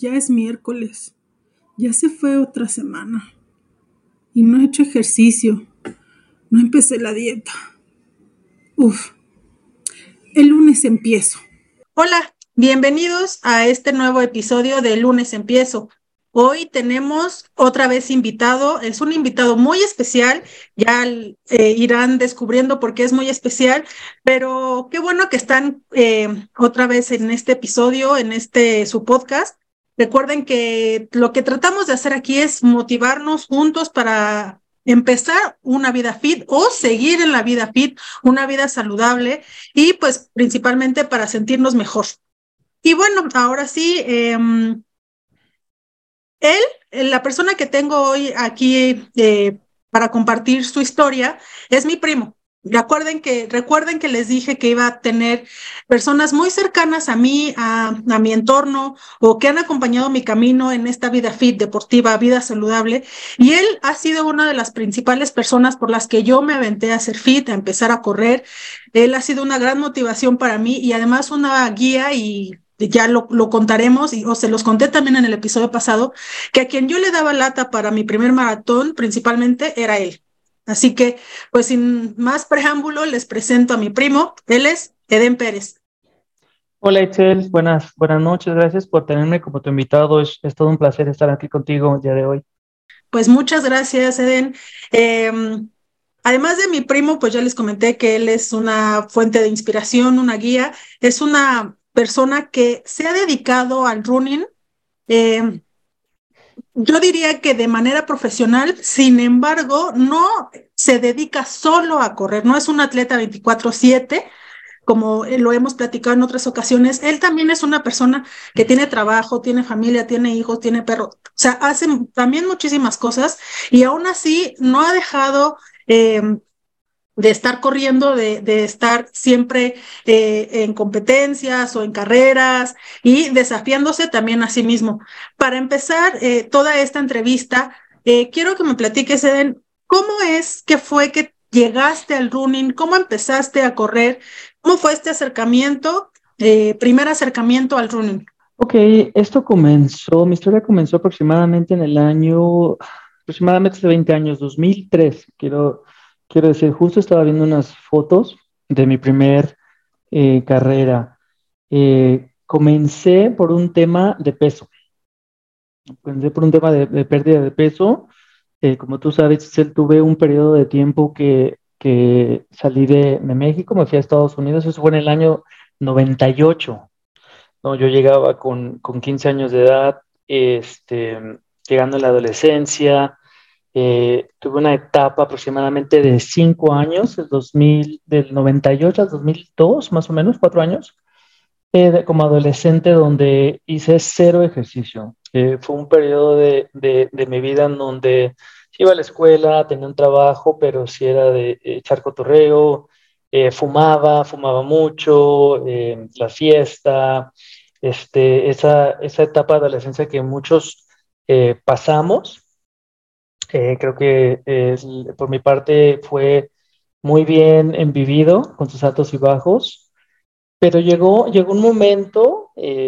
ya es miércoles, ya se fue otra semana y no he hecho ejercicio, no empecé la dieta. Uf, el lunes empiezo. Hola, bienvenidos a este nuevo episodio de Lunes Empiezo. Hoy tenemos otra vez invitado, es un invitado muy especial, ya irán descubriendo por qué es muy especial, pero qué bueno que están otra vez en este episodio, en su podcast. Recuerden que lo que tratamos de hacer aquí es motivarnos juntos para empezar una vida fit o seguir en la vida fit, una vida saludable y pues principalmente para sentirnos mejor. Y bueno, ahora sí, él, la persona que tengo hoy aquí para compartir su historia, es mi primo. Recuerden que les dije que iba a tener personas muy cercanas a mí, a mi entorno, o que han acompañado mi camino en esta vida fit, deportiva, vida saludable. Y él ha sido una de las principales personas por las que yo me aventé a hacer fit, a empezar a correr. Él ha sido una gran motivación para mí y además una guía y ya lo contaremos, o se los conté también en el episodio pasado, que a quien yo le daba lata para mi primer maratón principalmente era él. Así que, pues sin más preámbulo, les presento a mi primo. Él es Eden Pérez. Hola Itzel, buenas noches, gracias por tenerme como tu invitado, es todo un placer estar aquí contigo el día de hoy. Pues muchas gracias, Eden. Eh, Además de mi primo, pues ya les comenté que él es una fuente de inspiración, una guía, es una persona que se ha dedicado al running. eh, Yo diría que de manera profesional, sin embargo, no se dedica solo a correr, no es un atleta 24/7, como lo hemos platicado en otras ocasiones. Él también es una persona que tiene trabajo, tiene familia, tiene hijos, tiene perro, o sea, hace también muchísimas cosas y aún así no ha dejado de estar corriendo, de estar siempre en competencias o en carreras y desafiándose también a sí mismo. Para empezar toda esta entrevista, quiero que me platiques, Eden, ¿cómo es que fue que llegaste al running? ¿Cómo empezaste a correr? ¿Cómo fue este acercamiento, primer acercamiento al running? Ok, mi historia comenzó aproximadamente en el año, aproximadamente hace 20 años, 2003, quiero decir, justo estaba viendo unas fotos de mi primer carrera. Comencé por un tema de peso, comencé por un tema de pérdida de peso. Como tú sabes, Itzel, tuve un periodo de tiempo que salí de México, me fui a Estados Unidos, eso fue en el año 98. No, yo llegaba con 15 años de edad, llegando a la adolescencia. Tuve una etapa aproximadamente de 5 años, del 98 al 2002, más o menos, 4 años, como adolescente donde hice cero ejercicio. Fue un periodo de mi vida en donde iba a la escuela, tenía un trabajo, pero sí era de echar cotorreo, fumaba mucho, la fiesta, esa etapa de adolescencia que muchos pasamos. Creo que por mi parte fue muy bien vivido, con sus altos y bajos, pero llegó un momento,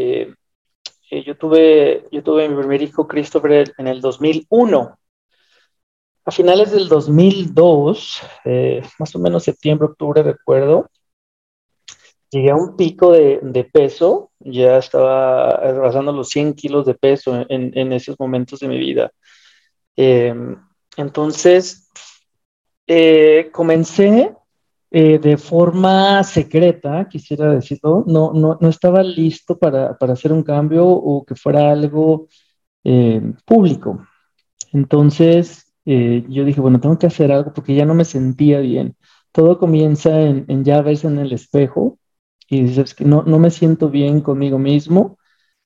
yo tuve mi primer hijo, Christopher, en el 2001. A finales del 2002, más o menos septiembre, octubre, recuerdo, llegué a un pico de peso, ya estaba rebasando los 100 kilos de peso en esos momentos de mi vida. Eh, entonces, comencé de forma secreta, quisiera decirlo, no estaba listo para hacer un cambio o que fuera algo público. Entonces, yo dije, bueno, tengo que hacer algo porque ya no me sentía bien. Todo comienza en ya verse en el espejo y dices que no me siento bien conmigo mismo.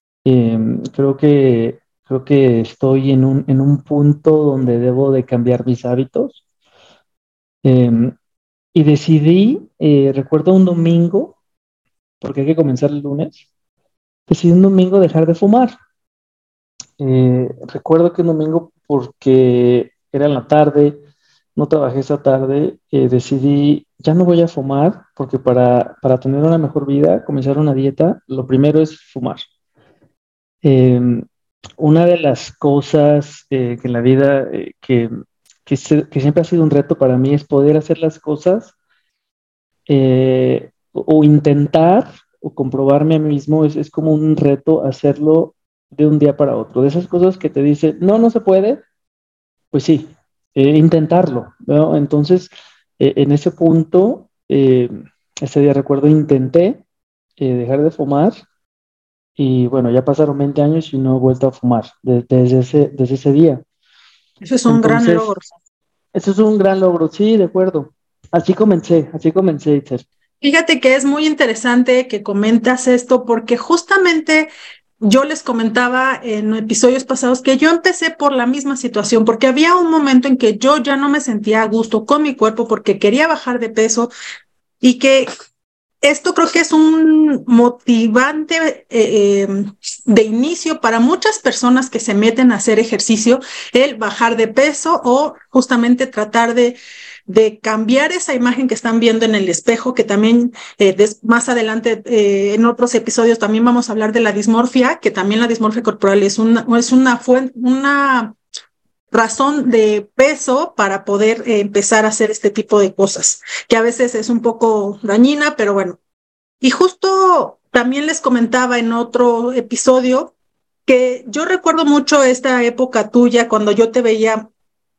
Creo que estoy en un punto donde debo de cambiar mis hábitos. Em, y decidí, recuerdo un domingo, porque hay que comenzar el lunes, decidí un domingo dejar de fumar. Recuerdo que un domingo, porque era en la tarde, no trabajé esa tarde, decidí, ya no voy a fumar, porque para tener una mejor vida, comenzar una dieta, lo primero es fumar. una de las cosas que en la vida que siempre ha sido un reto para mí es poder hacer las cosas o intentar o comprobarme a mí mismo, es como un reto hacerlo de un día para otro. De esas cosas que te dicen, no, no se puede, pues sí, intentarlo, ¿no? Entonces, en ese punto, ese día recuerdo, intenté dejar de fumar y bueno, ya pasaron 20 años y no he vuelto a fumar desde ese día. Eso es un gran Entonces, logro. eso es un gran logro, sí, de acuerdo. Así comencé, Itzer. Fíjate que es muy interesante que comentas esto porque justamente yo les comentaba en episodios pasados que yo empecé por la misma situación, porque había un momento en que yo ya no me sentía a gusto con mi cuerpo porque quería bajar de peso y que esto creo que es un motivante de inicio para muchas personas que se meten a hacer ejercicio, el bajar de peso o justamente tratar de cambiar esa imagen que están viendo en el espejo, que también más adelante en otros episodios también vamos a hablar de la dismorfia, que también la dismorfia corporal es una razón de peso para poder empezar a hacer este tipo de cosas, que a veces es un poco dañina, pero bueno. Y justo también les comentaba en otro episodio que yo recuerdo mucho esta época tuya cuando yo te veía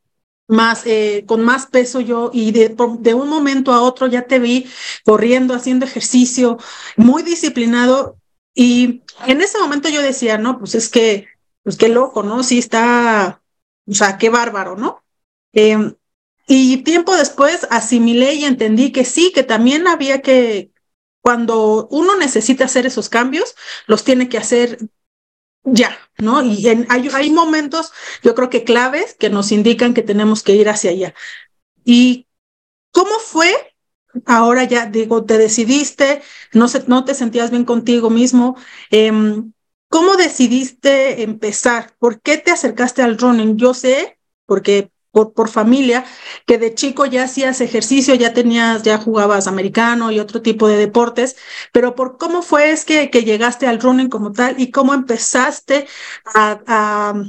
más con más peso yo y de un momento a otro ya te vi corriendo, haciendo ejercicio, muy disciplinado y en ese momento yo decía, no, pues qué loco, ¿no? Sí está, o sea, qué bárbaro, ¿no? Eh, y tiempo después asimilé y entendí que sí, que también había que, cuando uno necesita hacer esos cambios, los tiene que hacer ya, ¿no? Y hay momentos, yo creo que claves, que nos indican que tenemos que ir hacia allá. ¿Y cómo fue? Ahora ya digo, te decidiste, no te sentías bien contigo mismo. Eh, ¿Cómo decidiste empezar? ¿Por qué te acercaste al running? Yo sé, porque por familia, que de chico ya hacías ejercicio, ya jugabas americano y otro tipo de deportes, pero por cómo fue es que llegaste al running como tal y cómo empezaste a, a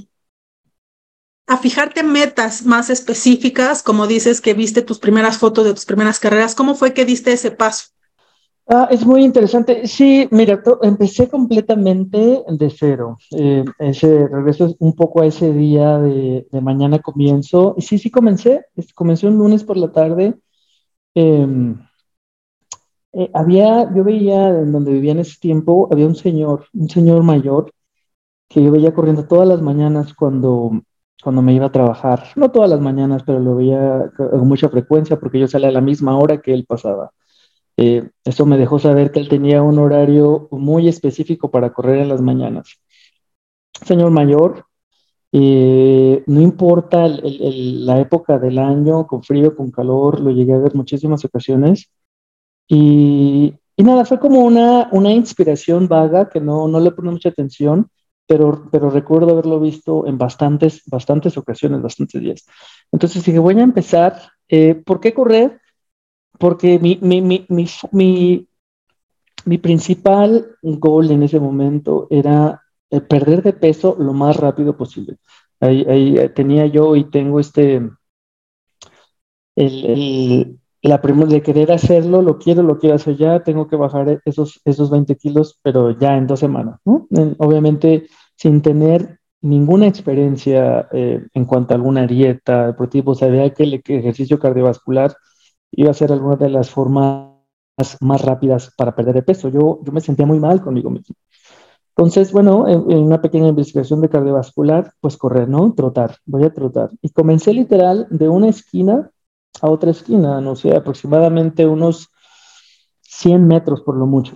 a fijarte metas más específicas, como dices que viste tus primeras fotos de tus primeras carreras, ¿cómo fue que diste ese paso? Es muy interesante. Sí, mira, empecé completamente de cero. Ese regreso un poco a ese día de mañana comienzo. Y sí, sí comencé. Comencé un lunes por la tarde. Eh, yo veía en donde vivía en ese tiempo, había un señor mayor que yo veía corriendo todas las mañanas cuando me iba a trabajar. No todas las mañanas, pero lo veía con mucha frecuencia porque yo salía a la misma hora que él pasaba. Eso me dejó saber que él tenía un horario muy específico para correr en las mañanas. Señor mayor, no importa la época del año, con frío, con calor, lo llegué a ver muchísimas ocasiones. Y nada, fue como una inspiración vaga que no le puse mucha atención, pero recuerdo haberlo visto en bastantes ocasiones, bastantes días. Entonces dije, voy a empezar. ¿Por qué correr? Porque mi principal goal en ese momento era perder de peso lo más rápido posible. Ahí tenía yo y tengo la primera de querer hacerlo, lo quiero hacer ya, tengo que bajar esos 20 kilos, pero ya en 2 semanas, ¿no? Obviamente sin tener ninguna experiencia en cuanto a alguna dieta deportiva, sabía que el ejercicio cardiovascular iba a ser alguna de las formas más rápidas para perder de peso. Yo me sentía muy mal conmigo mismo. Entonces, bueno, en una pequeña investigación de cardiovascular, pues correr, ¿no? Trotar, voy a trotar. Y comencé literal de una esquina a otra esquina, no sé, aproximadamente unos 100 metros por lo mucho.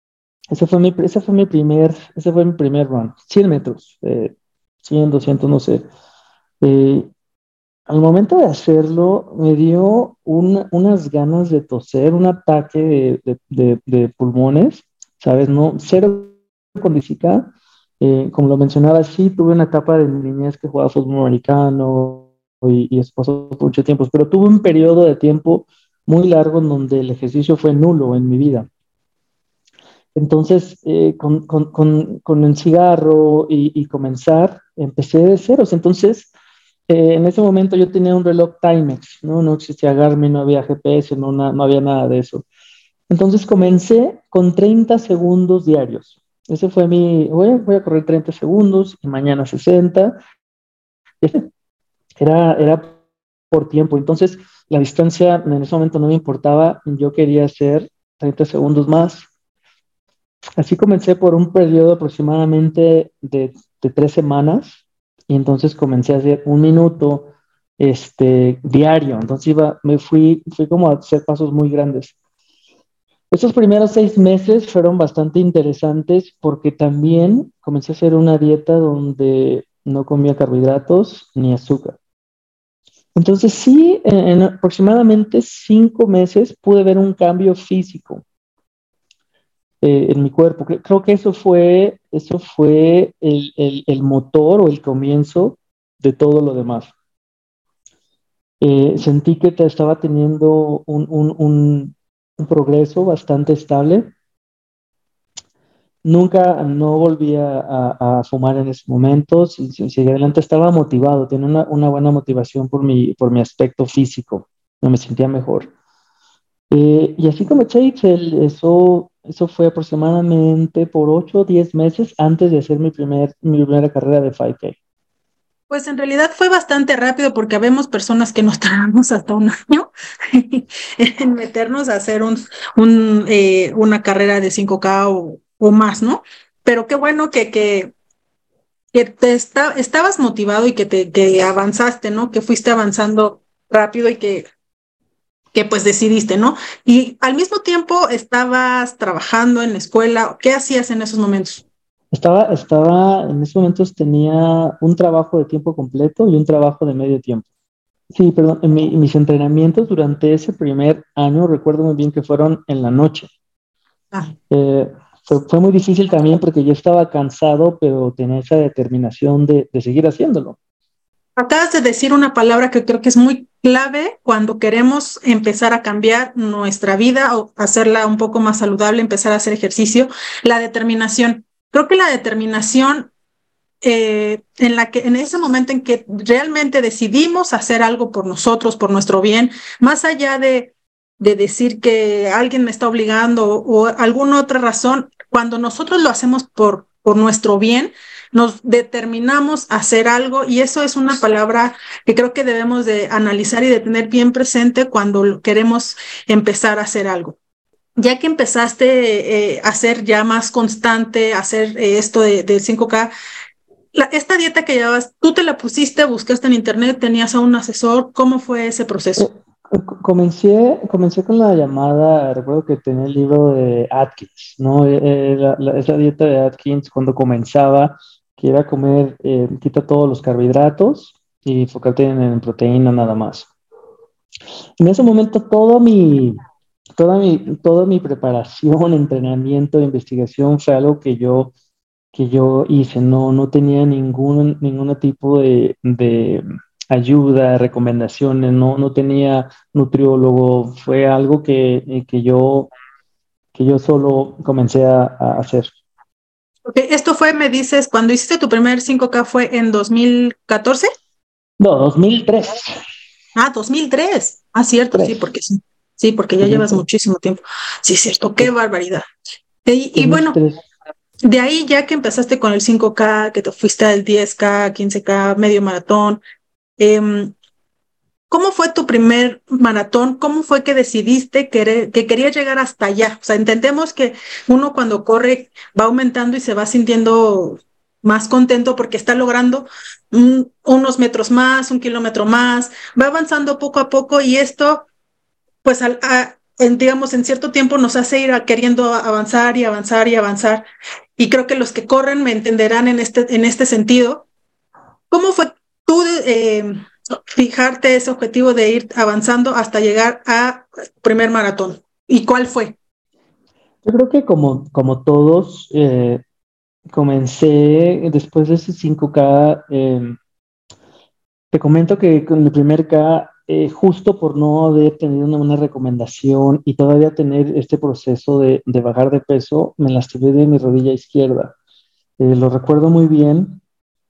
Ese fue mi primer run, 100 metros, 100, 200, no sé. Eh, Al momento de hacerlo, me dio unas ganas de toser, un ataque de pulmones, ¿sabes? No, cero condicica. Como lo mencionaba, sí, tuve una etapa de mi niñez que jugaba fútbol americano y eso pasó por mucho tiempo, pero tuve un periodo de tiempo muy largo en donde el ejercicio fue nulo en mi vida. Entonces, con el cigarro y comenzar, empecé de ceros. Entonces, en ese momento yo tenía un reloj Timex, ¿no? No existía Garmin, no había GPS, no había nada de eso. Entonces comencé con 30 segundos diarios. Ese fue voy a correr 30 segundos y mañana 60. Era por tiempo. Entonces, la distancia en ese momento no me importaba. Yo quería hacer 30 segundos más. Así comencé por un periodo aproximadamente de 3 semanas. Y entonces comencé a hacer 1 minuto diario. Entonces fui como a hacer pasos muy grandes. Estos primeros 6 meses fueron bastante interesantes porque también comencé a hacer una dieta donde no comía carbohidratos ni azúcar. Entonces sí, en aproximadamente 5 meses pude ver un cambio físico en mi cuerpo. Creo que eso fue el motor o el comienzo de todo lo demás. Sentí que estaba teniendo un progreso bastante estable. Nunca, no volví a fumar en ese momento. Seguí adelante, estaba motivado, tenía una buena motivación por mi aspecto físico. No me sentía mejor. Y así comencé, Itzel, eso fue aproximadamente por 8 o 10 meses antes de hacer mi primera carrera de 5K. Pues en realidad fue bastante rápido porque habemos personas que nos tardamos hasta un año en meternos a hacer una carrera de 5K o más, ¿no? Pero qué bueno que estabas motivado y que avanzaste, ¿no? Que fuiste avanzando rápido y que pues decidiste, ¿no? Y al mismo tiempo estabas trabajando en la escuela. ¿Qué hacías en esos momentos? En esos momentos tenía un trabajo de tiempo completo y un trabajo de medio tiempo. Sí, perdón, mis entrenamientos durante ese primer año, recuerdo muy bien que fueron en la noche. Ah. Fue muy difícil también porque yo estaba cansado, pero tenía esa determinación de seguir haciéndolo. Acabas de decir una palabra que creo que es muy clave cuando queremos empezar a cambiar nuestra vida o hacerla un poco más saludable, empezar a hacer ejercicio, la determinación. Creo que la determinación en ese momento en que realmente decidimos hacer algo por nosotros, por nuestro bien, más allá de decir que alguien me está obligando o alguna otra razón, cuando nosotros lo hacemos por nuestro bien, nos determinamos a hacer algo y eso es una palabra que creo que debemos de analizar y de tener bien presente cuando queremos empezar a hacer algo. Ya que empezaste a ser ya más constante, a hacer esto del 5K, esta dieta que llevabas, ¿tú te la pusiste, buscaste en internet, tenías a un asesor? ¿Cómo fue ese proceso? Comencé con la llamada, recuerdo que tenía el libro de Atkins, ¿no? Esa dieta de Atkins cuando comenzaba, que era comer, quita todos los carbohidratos y enfocarte en proteína nada más. En ese momento toda mi preparación, entrenamiento, investigación fue algo que yo hice. No tenía ningún tipo de ayuda, recomendaciones, no tenía nutriólogo. Fue algo que yo solo comencé a hacer. Okay, esto fue, me dices, cuando hiciste tu primer 5K fue en 2014. No, 2003. Ah, 2003. Ah, cierto, sí, 3, porque sí. Sí, porque ya llevas 2003, muchísimo tiempo. Sí, cierto, qué barbaridad. Y bueno, 2003. de ahí ya que empezaste con el 5K, que te fuiste al 10K, 15K, medio maratón, eh, ¿cómo fue tu primer maratón? ¿Cómo fue que decidiste que querías llegar hasta allá? O sea, entendemos que uno cuando corre va aumentando y se va sintiendo más contento porque está logrando unos metros más, 1 kilómetro más, va avanzando poco a poco y esto, pues, digamos, en cierto tiempo nos hace ir queriendo avanzar y avanzar y avanzar. Y creo que los que corren me entenderán en este sentido. ¿Cómo fue tú fijarte ese objetivo de ir avanzando hasta llegar a primer maratón? ¿Y cuál fue? Yo creo que como todos, comencé después de ese 5K. Te comento que con el primer K justo por no haber tenido una recomendación y todavía tener este proceso de bajar de peso, me lastimé de mi rodilla izquierda. Lo recuerdo muy bien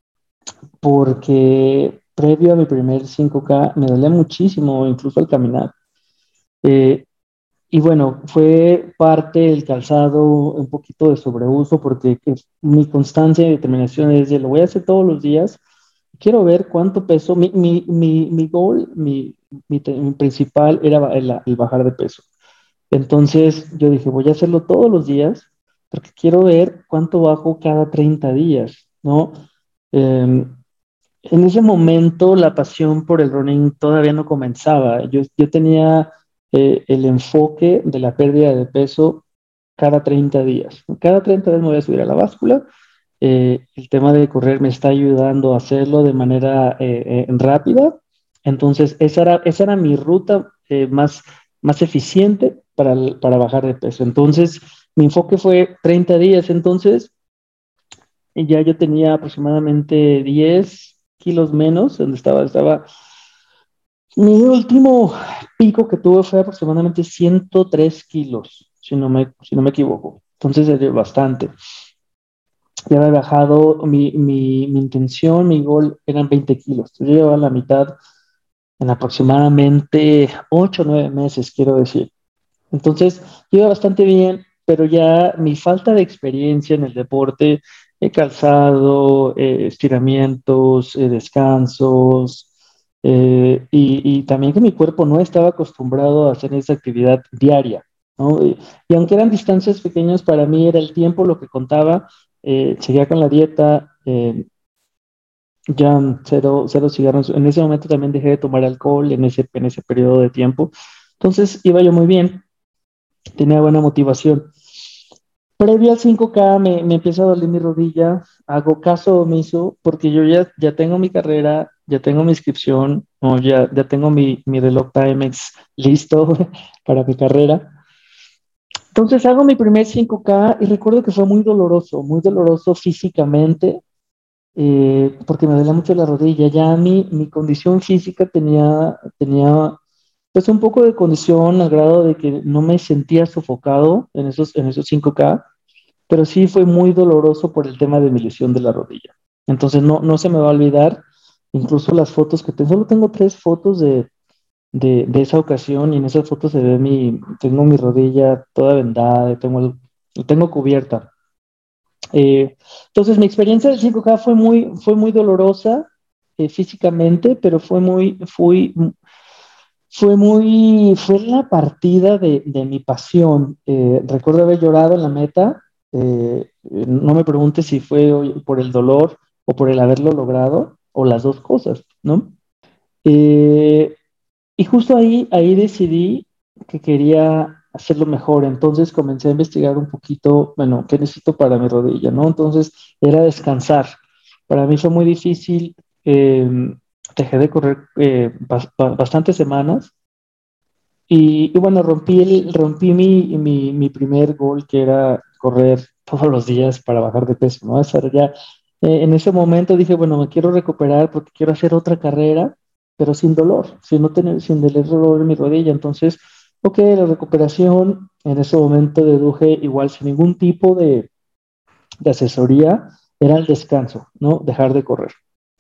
porque previo a mi primer 5K me dolía muchísimo, incluso al caminar. Eh, y bueno, fue parte del calzado, un poquito de sobreuso, porque mi constancia y determinación es de lo voy a hacer todos los días. Quiero ver cuánto peso. Mi goal, mi principal era el bajar de peso. Entonces yo dije, voy a hacerlo todos los días, porque quiero ver cuánto bajo cada 30 días, ¿no? Em, en ese momento la pasión por el running todavía no comenzaba. Yo tenía el enfoque de la pérdida de peso cada 30 días. Cada 30 días me voy a subir a la báscula. El tema de correr me está ayudando a hacerlo de manera rápida. Entonces, esa era mi ruta más eficiente para bajar de peso. Entonces, mi enfoque fue 30 días. Entonces, y ya yo tenía aproximadamente 10 kilos menos, donde estaba. Mi último pico que tuve fue aproximadamente 103 kilos, si no me equivoco. Entonces es bastante. Ya había bajado mi intención, mi gol eran 20 kilos. Entonces yo llevaba la mitad en aproximadamente 8 o 9 meses, quiero decir. Entonces, iba bastante bien, pero ya mi falta de experiencia en el deporte, calzado, estiramientos, descansos, y también que mi cuerpo no estaba acostumbrado a hacer esa actividad diaria, ¿no? Y aunque eran distancias pequeñas, para mí era el tiempo lo que contaba, seguía con la dieta, ya cero cigarros. En ese momento también dejé de tomar alcohol en ese periodo de tiempo. Entonces iba yo muy bien, tenía buena motivación. Previo al 5K me empieza a doler mi rodilla, hago caso omiso porque yo ya tengo mi carrera, ya tengo mi inscripción, no, ya tengo mi reloj Timex listo para mi carrera. Entonces hago mi primer 5K y recuerdo que fue muy doloroso físicamente, porque me dolía mucho la rodilla. Ya mi condición física tenía pues un poco de condición al grado de que no me sentía sofocado en esos 5K, pero sí fue muy doloroso por el tema de mi lesión de la rodilla. Entonces no se me va a olvidar, incluso las fotos que tengo, solo tengo 3 fotos de esa ocasión y en esas fotos tengo mi rodilla toda vendada, tengo cubierta. Entonces mi experiencia del 5K fue muy dolorosa físicamente, pero fue la partida de mi pasión. Recuerdo haber llorado en la meta. No me preguntes si fue por el dolor o por el haberlo logrado, o las dos cosas, ¿no? Eh, y justo ahí decidí que quería hacerlo mejor. Entonces comencé a investigar un poquito, bueno, qué necesito para mi rodilla, ¿no? Entonces era descansar. Para mí fue muy difícil. Dejé de correr bastantes semanas. Y bueno, rompí mi primer gol, que era correr todos los días para bajar de peso, ¿no? En ese momento dije, bueno, me quiero recuperar porque quiero hacer otra carrera, pero sin dolor, sin dolor en mi rodilla. Entonces, ok, la recuperación, en ese momento deduje igual sin ningún tipo de asesoría, era el descanso, ¿no? Dejar de correr.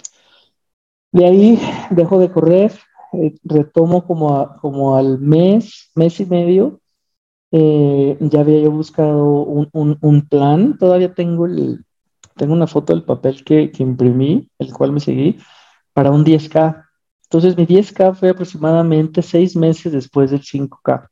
De ahí dejo de correr, retomo como al mes y medio. Ya había yo buscado un plan. Todavía tengo una foto del papel que imprimí, el cual me seguí, para un 10K. Entonces mi 10K fue aproximadamente 6 meses después del 5K.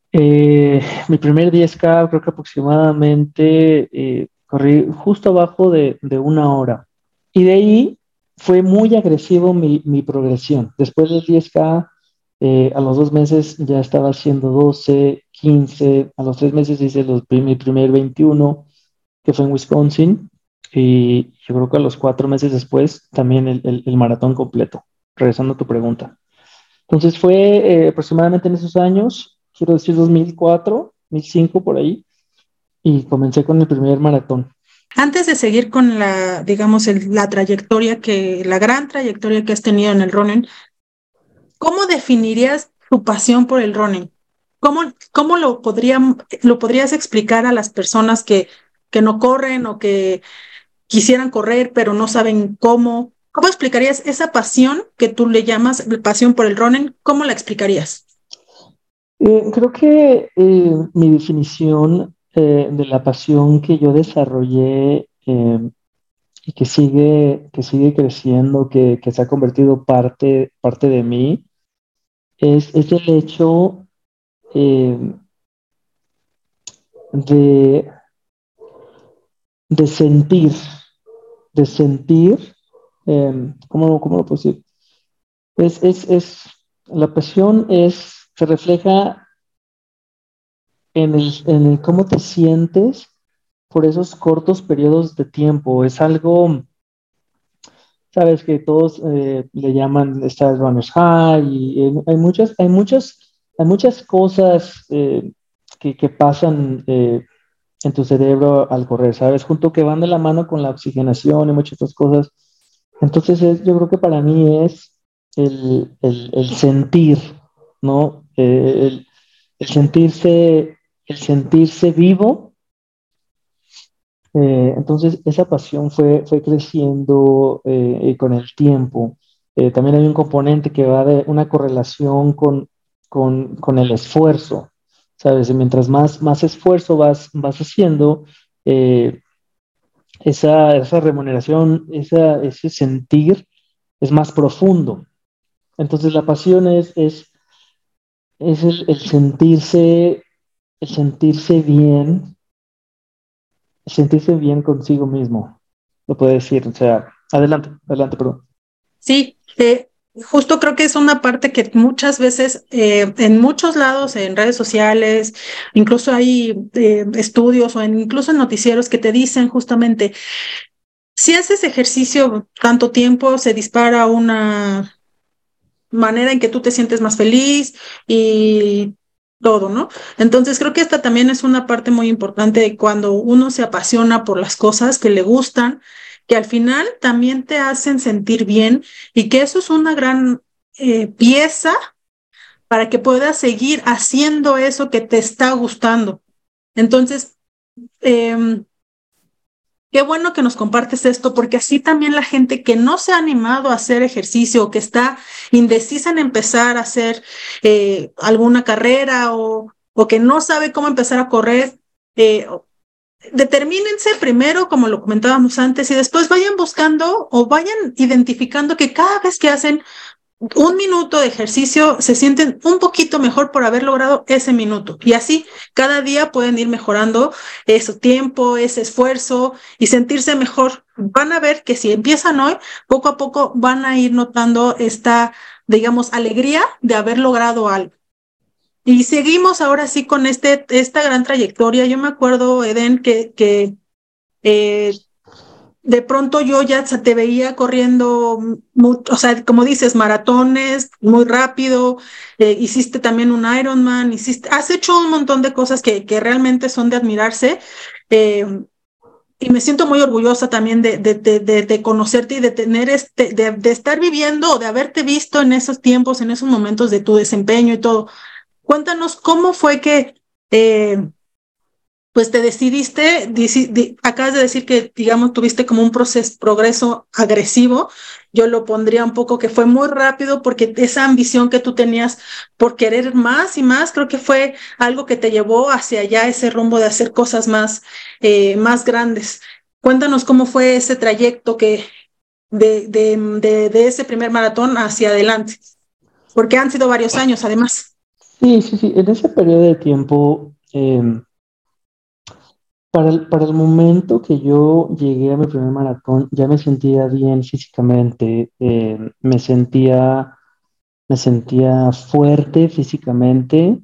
Mi primer 10K creo que aproximadamente corrí justo abajo de 1 hora. Y de ahí fue muy agresivo mi progresión. Después del 10K, a los 2 meses ya estaba haciendo 12, 15. A los 3 meses hice mi primer 21, que fue en Wisconsin. Y yo creo que a los 4 meses después también el maratón completo. Regresando a tu pregunta. Entonces fue aproximadamente en esos años, quiero decir 2004, 2005 por ahí, y comencé con el primer maratón. Antes de seguir con digamos, la gran trayectoria que has tenido en el running, ¿cómo definirías tu pasión por el running? ¿Cómo lo podrías explicar a las personas que no corren o que quisieran correr, pero no saben cómo? ¿Cómo explicarías esa pasión que tú le llamas pasión por el running? ¿Cómo la explicarías? Creo que mi definición de la pasión que yo desarrollé y que sigue creciendo, que se ha convertido parte de mí, es el hecho eh, de, de sentir, de sentir, cómo lo puedo decir? La pasión se refleja en el cómo te sientes por esos cortos periodos de tiempo. Es algo, sabes, que todos le llaman estar runners high y hay muchas cosas que pasan en tu cerebro al correr, ¿sabes? Junto que van de la mano con la oxigenación y muchas otras cosas. Entonces, yo creo que para mí es el sentir, ¿no? El sentirse, el sentirse vivo. Entonces, esa pasión fue creciendo con el tiempo. También hay un componente que va de una correlación con el esfuerzo, ¿sabes? Y mientras más esfuerzo vas haciendo, eh, esa remuneración, ese sentir es más profundo. Entonces, la pasión es el sentirse bien consigo mismo, lo puede decir. O sea, adelante, perdón. Sí, justo creo que es una parte que muchas veces en muchos lados, en redes sociales, incluso hay estudios o incluso en noticieros que te dicen justamente, si haces ejercicio tanto tiempo, se dispara una manera en que tú te sientes más feliz y todo, ¿no? Entonces creo que esta también es una parte muy importante de cuando uno se apasiona por las cosas que le gustan, que al final también te hacen sentir bien y que eso es una gran pieza para que puedas seguir haciendo eso que te está gustando. Entonces, em, qué bueno que nos compartes esto, porque así también la gente que no se ha animado a hacer ejercicio o que está indecisa en empezar a hacer alguna carrera o que no sabe cómo empezar a correr, determínense primero, como lo comentábamos antes, y después vayan buscando o vayan identificando que cada vez que hacen un minuto de ejercicio, se sienten un poquito mejor por haber logrado ese minuto. Y así cada día pueden ir mejorando ese tiempo, ese esfuerzo y sentirse mejor. Van a ver que si empiezan hoy, poco a poco van a ir notando esta, digamos, alegría de haber logrado algo. Y seguimos ahora sí con esta gran trayectoria. Yo me acuerdo, Eden, que eh, de pronto yo ya te veía corriendo, o sea, como dices, maratones, muy rápido, hiciste también un Ironman, has hecho un montón de cosas que realmente son de admirarse, eh, y me siento muy orgullosa también de conocerte y de tener de estar viviendo o de haberte visto en esos tiempos, en esos momentos de tu desempeño y todo. Cuéntanos cómo fue que pues te decidiste, acabas de decir que, digamos, tuviste como un progreso agresivo. Yo lo pondría un poco que fue muy rápido porque esa ambición que tú tenías por querer más y más, creo que fue algo que te llevó hacia allá ese rumbo de hacer cosas más grandes. Cuéntanos cómo fue ese trayecto de ese primer maratón hacia adelante, porque han sido varios años además. Sí. En ese periodo de tiempo, para el momento que yo llegué a mi primer maratón, ya me sentía bien físicamente, me sentía fuerte físicamente,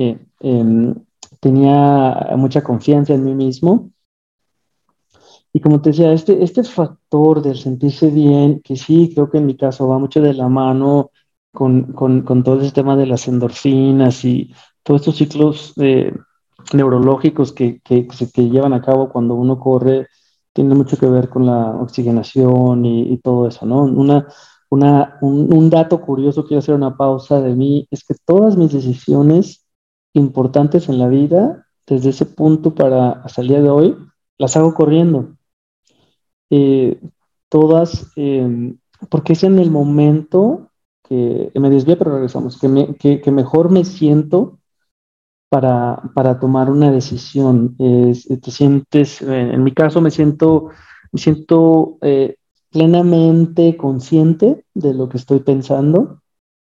tenía mucha confianza en mí mismo. Y como te decía, este factor del sentirse bien, que sí, creo que en mi caso va mucho de la mano con todo ese tema de las endorfinas y todos estos ciclos neurológicos que llevan a cabo cuando uno corre, tiene mucho que ver con la oxigenación y todo eso, ¿no? un dato curioso, quiero hacer una pausa de mí, es que todas mis decisiones importantes en la vida, desde ese punto hasta el día de hoy, las hago corriendo. Eh, todas, porque es en el momento que me desvío, pero regresamos, que mejor me siento para tomar una decisión. Te sientes, en mi caso me siento plenamente consciente de lo que estoy pensando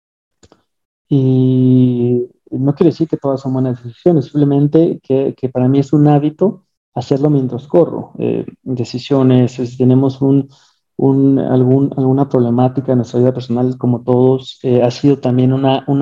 y no quiere decir que todas son buenas decisiones, simplemente que para mí es un hábito hacerlo mientras corro. Decisiones, si tenemos alguna problemática en nuestra vida personal, como todos, ha sido también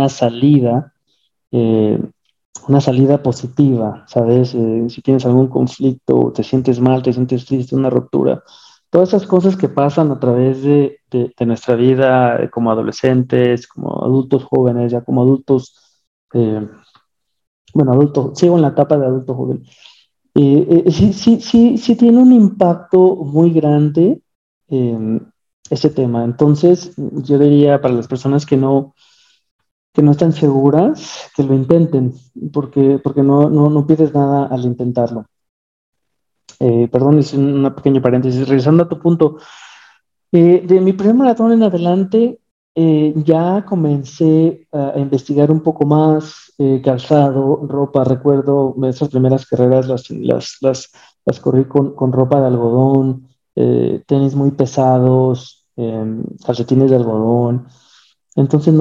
eh, una salida positiva, ¿sabes? Si tienes algún conflicto, te sientes mal, te sientes triste, una ruptura, todas esas cosas que pasan a través de nuestra vida como adolescentes, como adultos jóvenes, ya como adultos, eh, bueno, adultos, sigo en la etapa de adulto joven. Sí, sí, sí, sí tiene un impacto muy grande ese tema. Entonces, yo diría para las personas que no están seguras, que lo intenten, porque no pierdes nada al intentarlo. Perdón, es una pequeña paréntesis. Regresando a tu punto, de mi primer maratón en adelante, ya comencé a investigar un poco más calzado, ropa. Recuerdo esas primeras carreras las corrí con ropa de algodón, tenis muy pesados, calcetines de algodón. Entonces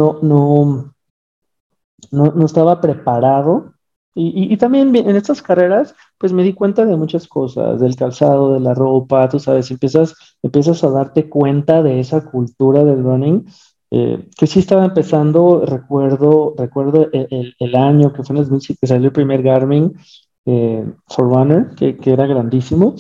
no estaba preparado. Y también en estas carreras, pues me di cuenta de muchas cosas, del calzado, de la ropa, tú sabes, empiezas a darte cuenta de esa cultura del running, que sí estaba empezando, recuerdo el año que fue en el 2007 que salió el primer Garmin Forerunner, que era grandísimo,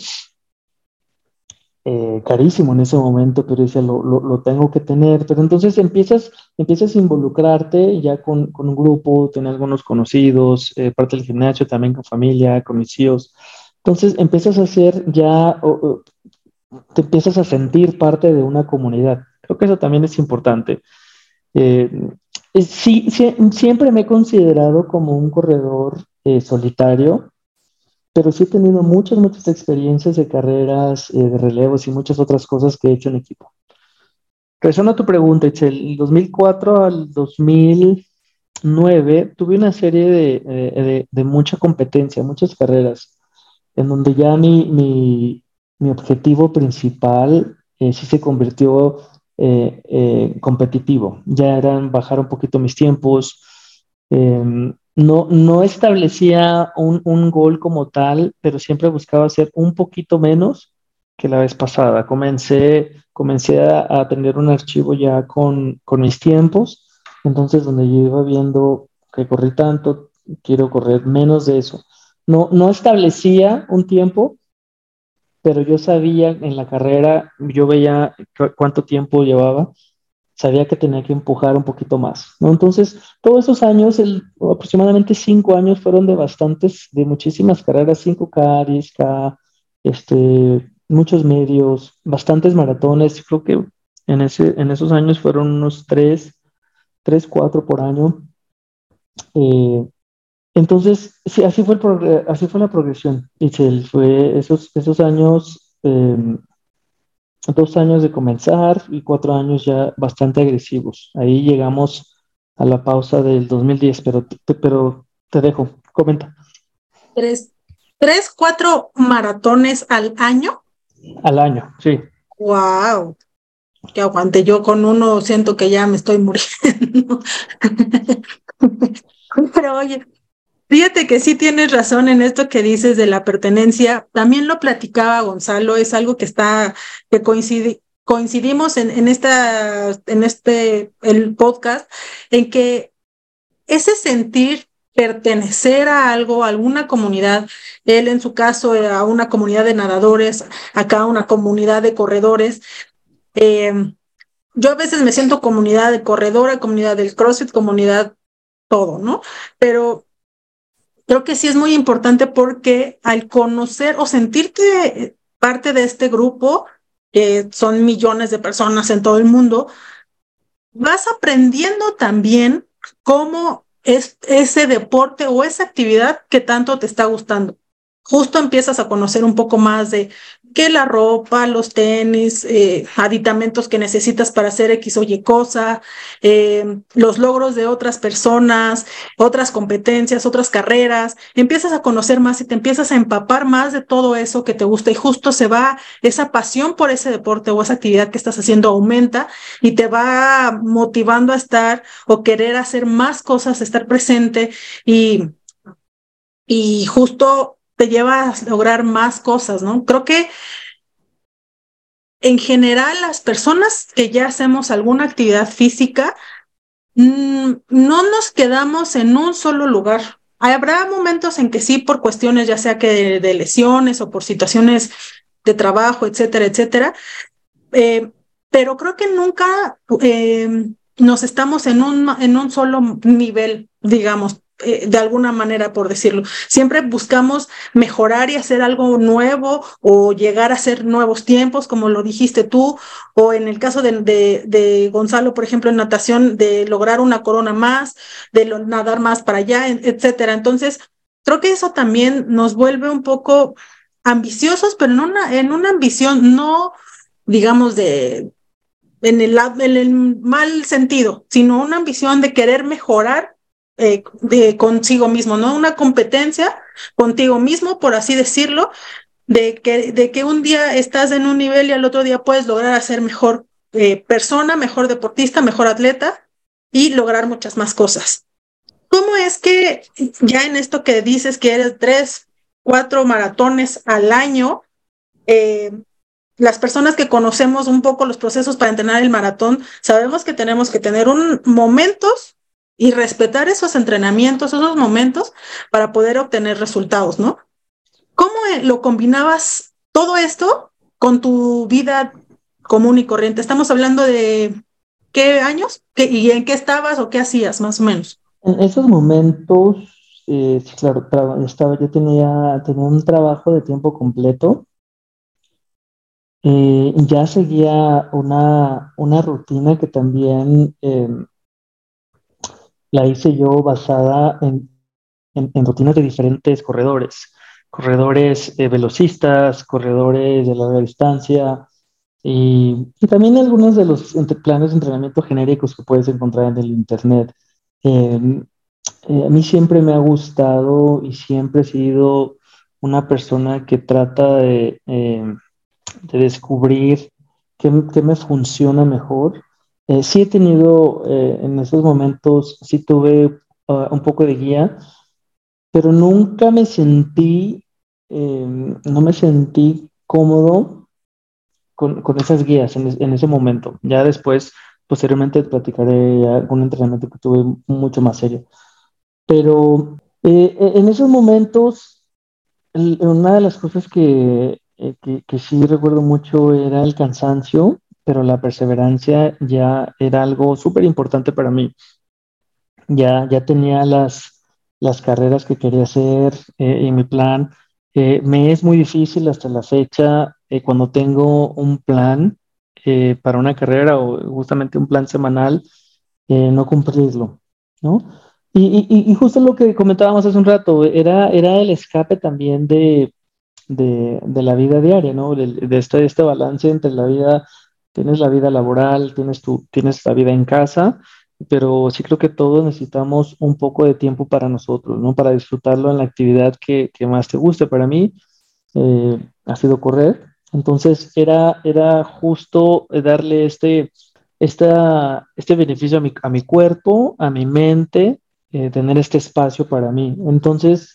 carísimo en ese momento, pero decía, lo tengo que tener. Pero entonces empiezas a involucrarte ya con un grupo, tener algunos conocidos, parte del gimnasio, también con familia, con mis hijos. Entonces empiezas a hacer ya, te empiezas a sentir parte de una comunidad. Creo que eso también es importante. Eh, sí, siempre me he considerado como un corredor solitario, pero sí he tenido muchas experiencias de carreras, de relevos y muchas otras cosas que he hecho en equipo. Regresando a tu pregunta, Itzel, del 2004 al 2009 tuve una serie de mucha competencia, muchas carreras, en donde ya mi objetivo principal sí se convirtió competitivo. Ya eran bajar un poquito mis tiempos, no establecía un gol como tal, pero siempre buscaba hacer un poquito menos que la vez pasada. Comencé a tener un archivo ya con mis tiempos, entonces donde yo iba viendo que corrí tanto, quiero correr menos de eso. No establecía un tiempo, pero yo sabía en la carrera, yo veía cuánto tiempo llevaba, sabía que tenía que empujar un poquito más, ¿no? Entonces, todos esos años, aproximadamente 5 años, fueron de muchísimas carreras, 5K, 10K, muchos medios, bastantes maratones. Creo que en esos años fueron unos 4 por año. Eh, entonces, sí, así fue la progresión. Fue esos años, 2 años de comenzar y 4 años ya bastante agresivos. Ahí llegamos a la pausa del 2010, pero te dejo, comenta. Tres, 4 maratones al año. Al año, sí. Wow, que aguante. Yo con uno siento que ya me estoy muriendo. Pero oye, fíjate que sí tienes razón en esto que dices de la pertenencia. También lo platicaba Gonzalo, es algo que coincidimos el podcast, en que ese sentir pertenecer a algo, a alguna comunidad, él en su caso a una comunidad de nadadores, acá a una comunidad de corredores. eh, yo a veces me siento comunidad de corredora, comunidad del CrossFit, comunidad todo, ¿no? Pero creo que sí es muy importante porque al conocer o sentirte parte de este grupo, que son millones de personas en todo el mundo, vas aprendiendo también cómo es ese deporte o esa actividad que tanto te está gustando. Justo empiezas a conocer un poco más de qué la ropa, los tenis, aditamentos que necesitas para hacer X o Y cosa, los logros de otras personas, otras competencias, otras carreras. Empiezas a conocer más y te empiezas a empapar más de todo eso que te gusta y justo se va esa pasión por ese deporte o esa actividad que estás haciendo aumenta y te va motivando a estar o querer hacer más cosas, estar presente y, y justo te lleva a lograr más cosas, ¿no? Creo que en general las personas que ya hacemos alguna actividad física, no nos quedamos en un solo lugar. Habrá momentos en que sí, por cuestiones ya sea que de lesiones o por situaciones de trabajo, etcétera, etcétera, eh, pero creo que nunca nos estamos en un solo nivel, digamos, de alguna manera, por decirlo. Siempre buscamos mejorar y hacer algo nuevo o llegar a hacer nuevos tiempos, como lo dijiste tú, o en el caso de Gonzalo, por ejemplo, en natación, de lograr una corona más, de nadar más para allá, etcétera. Entonces, creo que eso también nos vuelve un poco ambiciosos, pero en una ambición no digamos, en el mal sentido, sino una ambición de querer mejorar consigo mismo, ¿no? Una competencia contigo mismo, por así decirlo, de que un día estás en un nivel y al otro día puedes lograr ser mejor persona, mejor deportista, mejor atleta y lograr muchas más cosas. ¿Cómo es que ya en esto que dices que eres 3, 4 maratones al año, eh, las personas que conocemos un poco los procesos para entrenar el maratón, sabemos que tenemos que tener momentos y respetar esos entrenamientos, esos momentos para poder obtener resultados, ¿no? ¿Cómo lo combinabas todo esto con tu vida común y corriente? Estamos hablando de qué años y en qué estabas o qué hacías, más o menos. En esos momentos, sí, claro, yo tenía un trabajo de tiempo completo. Ya seguía una rutina que también la hice yo basada en rutinas de diferentes corredores velocistas, corredores de larga distancia y también algunos de los planes de entrenamiento genéricos que puedes encontrar en el internet. Eh, a mí siempre me ha gustado y siempre he sido una persona que trata de descubrir qué me funciona mejor. Sí he tenido en esos momentos, sí tuve un poco de guía, pero nunca no me sentí cómodo con esas guías en ese momento. Ya después, posteriormente, platicaré algún entrenamiento que tuve mucho más serio. Pero en esos momentos, una de las cosas que sí recuerdo mucho era el cansancio, pero la perseverancia ya era algo súper importante para mí. Ya tenía las carreras que quería hacer en mi plan. Me es muy difícil hasta la fecha cuando tengo un plan para una carrera o justamente un plan semanal, no cumplirlo, ¿no? Y justo lo que comentábamos hace un rato, era el escape también de la vida diaria, ¿no? De este balance entre tienes la vida laboral, tienes la vida en casa, pero sí creo que todos necesitamos un poco de tiempo para nosotros, ¿no? Para disfrutarlo en la actividad que más te guste. Para mí ha sido correr, entonces era justo darle este beneficio a mi cuerpo, a mi mente, tener este espacio para mí. Entonces,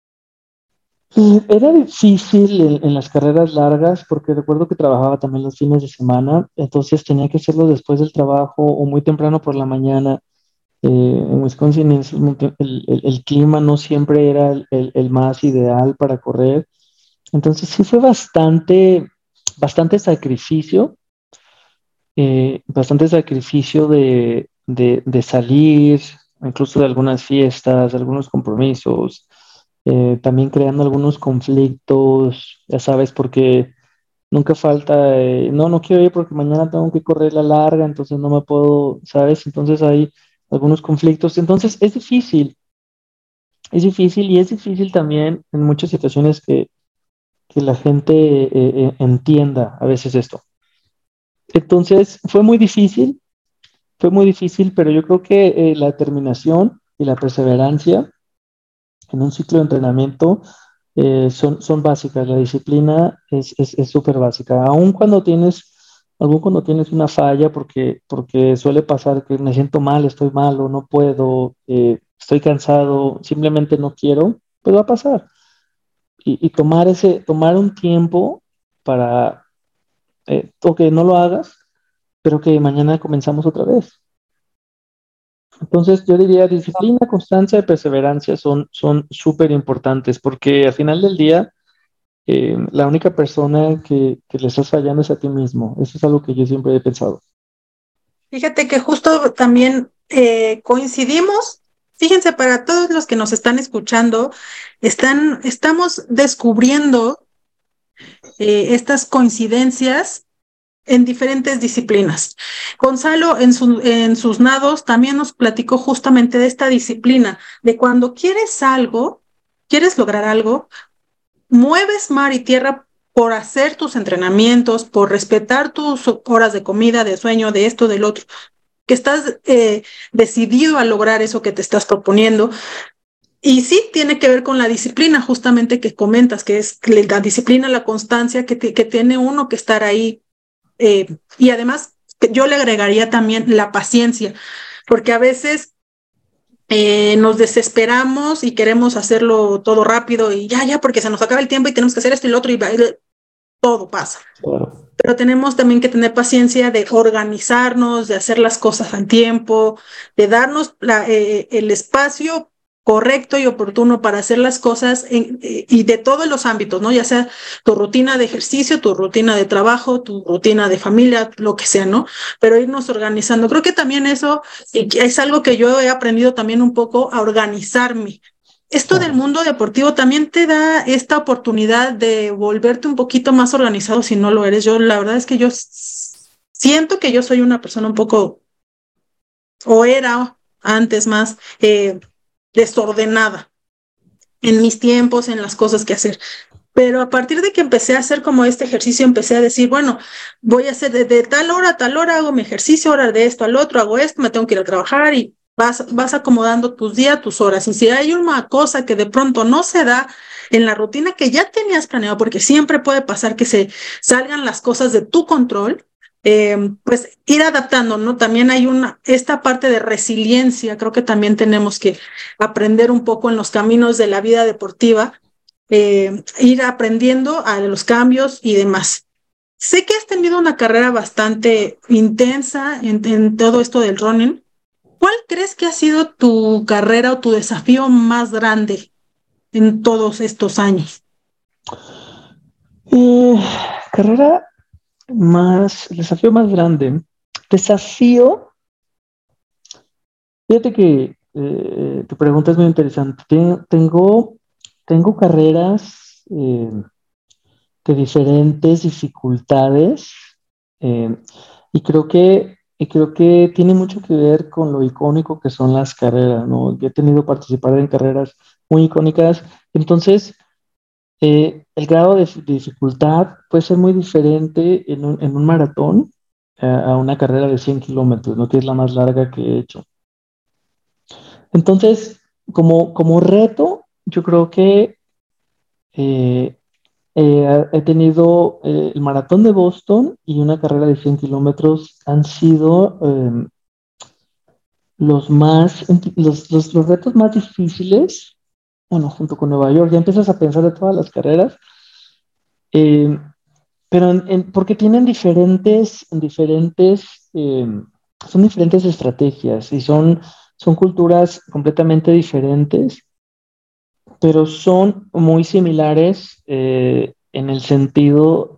era difícil en las carreras largas porque recuerdo que trabajaba también los fines de semana, entonces tenía que hacerlo después del trabajo o muy temprano por la mañana. En Wisconsin el clima no siempre era el más ideal para correr, entonces sí fue bastante sacrificio, bastante sacrificio de salir, incluso de algunas fiestas, algunos compromisos, también creando algunos conflictos, ya sabes, porque nunca falta, no quiero ir porque mañana tengo que correr la larga, entonces no me puedo, ¿sabes? Entonces hay algunos conflictos. Entonces es difícil y es difícil también en muchas situaciones que la gente entienda a veces esto. Entonces fue muy difícil, pero yo creo que la determinación y la perseverancia en un ciclo de entrenamiento son básicas. La disciplina es súper básica. Aun cuando tienes una falla, porque suele pasar que me siento mal, estoy mal o no puedo, estoy cansado, simplemente no quiero, pues va a pasar. Y tomar un tiempo para, ok, no lo hagas, pero que mañana comenzamos otra vez. Entonces, yo diría disciplina, constancia y perseverancia son súper importantes porque al final del día, la única persona que le estás fallando es a ti mismo. Eso es algo que yo siempre he pensado. Fíjate que justo también coincidimos. Fíjense, para todos los que nos están escuchando, estamos descubriendo estas coincidencias en diferentes disciplinas. Gonzalo, en sus nados, también nos platicó justamente de esta disciplina, de cuando quieres algo, quieres lograr algo, mueves mar y tierra por hacer tus entrenamientos, por respetar tus horas de comida, de sueño, de esto, del otro, que estás decidido a lograr eso que te estás proponiendo. Y sí, tiene que ver con la disciplina, justamente que comentas, que es la disciplina, la constancia que tiene uno que estar ahí. Y además, yo le agregaría también la paciencia, porque a veces nos desesperamos y queremos hacerlo todo rápido y ya, porque se nos acaba el tiempo y tenemos que hacer esto y lo otro y todo pasa. Claro. Pero tenemos también que tener paciencia de organizarnos, de hacer las cosas al tiempo, de darnos el espacio correcto y oportuno para hacer las cosas y de todos los ámbitos, ¿no? Ya sea tu rutina de ejercicio, tu rutina de trabajo, tu rutina de familia, lo que sea, ¿no? Pero irnos organizando. Creo que también eso es algo que yo he aprendido también un poco a organizarme. Esto del Claro. mundo deportivo también te da esta oportunidad de volverte un poquito más organizado si no lo eres. Yo, la verdad es que yo siento que yo soy una persona un poco, o era antes más, desordenada en mis tiempos, en las cosas que hacer. Pero a partir de que empecé a hacer como este ejercicio, empecé a decir, bueno, voy a hacer de tal hora a tal hora, hago mi ejercicio, hora de esto al otro, hago esto, me tengo que ir a trabajar y vas acomodando tus días, tus horas. Y si hay una cosa que de pronto no se da en la rutina que ya tenías planeado, porque siempre puede pasar que se salgan las cosas de tu control, pues ir adaptando, ¿no? También hay esta parte de resiliencia, creo que también tenemos que aprender un poco en los caminos de la vida deportiva, ir aprendiendo a los cambios y demás. Sé que has tenido una carrera bastante intensa en todo esto del running. ¿Cuál crees que ha sido tu carrera o tu desafío más grande en todos estos años? Eh, carrera el desafío más grande. Desafío, fíjate que tu pregunta es muy interesante. Tengo carreras de diferentes dificultades eh, y creo que tiene mucho que ver con lo icónico que son las carreras, ¿no? Yo he tenido participar en carreras muy icónicas, entonces el grado de dificultad puede ser muy diferente en un maratón a una carrera de 100 kilómetros, ¿no? Que es la más larga que he hecho. Entonces, como reto, yo creo que eh, he tenido el maratón de Boston y una carrera de 100 kilómetros han sido los retos más difíciles. Bueno, junto con Nueva York, ya empiezas a pensar de todas las carreras, eh, pero porque tienen son diferentes estrategias y son culturas completamente diferentes, pero son muy similares en el sentido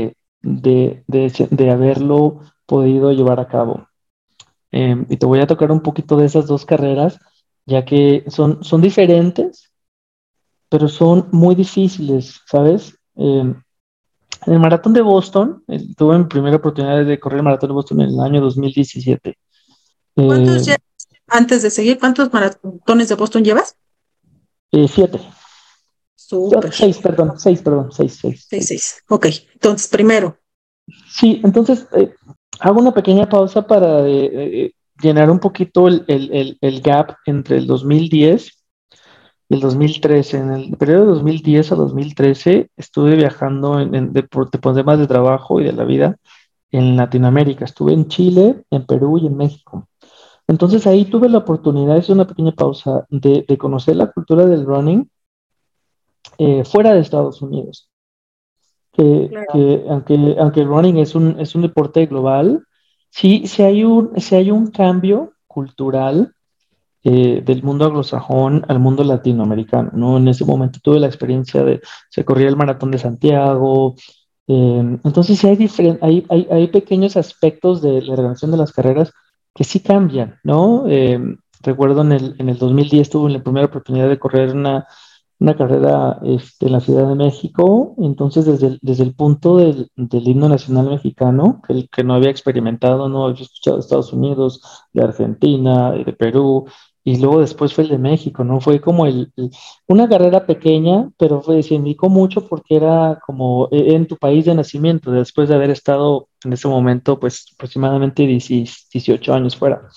de haberlo podido llevar a cabo. Y te voy a tocar un poquito de esas dos carreras, ya que son diferentes, pero son muy difíciles, ¿sabes? En el maratón de Boston, tuve mi primera oportunidad de correr el maratón de Boston en el año 2017. ¿Cuántos Eh, ya, antes de seguir, cuántos maratones de Boston llevas? 7. Súper. 6, perdón, 6. Seis, seis. Ok, entonces primero. Sí, entonces hago una pequeña pausa para llenar un poquito el gap entre el 2010 y el 2013. En el periodo de 2010 a 2013 estuve viajando por temas de trabajo y de la vida en Latinoamérica. Estuve en Chile, en Perú y en México. Entonces ahí tuve la oportunidad, es una pequeña pausa, de conocer la cultura del running fuera de Estados Unidos. Claro. Aunque el running es un deporte global, sí hay un cambio cultural del mundo anglosajón al mundo latinoamericano, ¿no? En ese momento tuve la experiencia se corría el maratón de Santiago. Entonces sí hay pequeños aspectos de la organización de las carreras que sí cambian, ¿no? Recuerdo en el 2010 tuve la primera oportunidad de correr una carrera en la Ciudad de México. Entonces desde el punto del himno nacional mexicano, que no había experimentado, no había escuchado de Estados Unidos, de Argentina, y de Perú, y luego después fue el de México, ¿no? Fue como una carrera pequeña, pero significó mucho porque era como en tu país de nacimiento, después de haber estado en ese momento, pues aproximadamente 18 años fuera.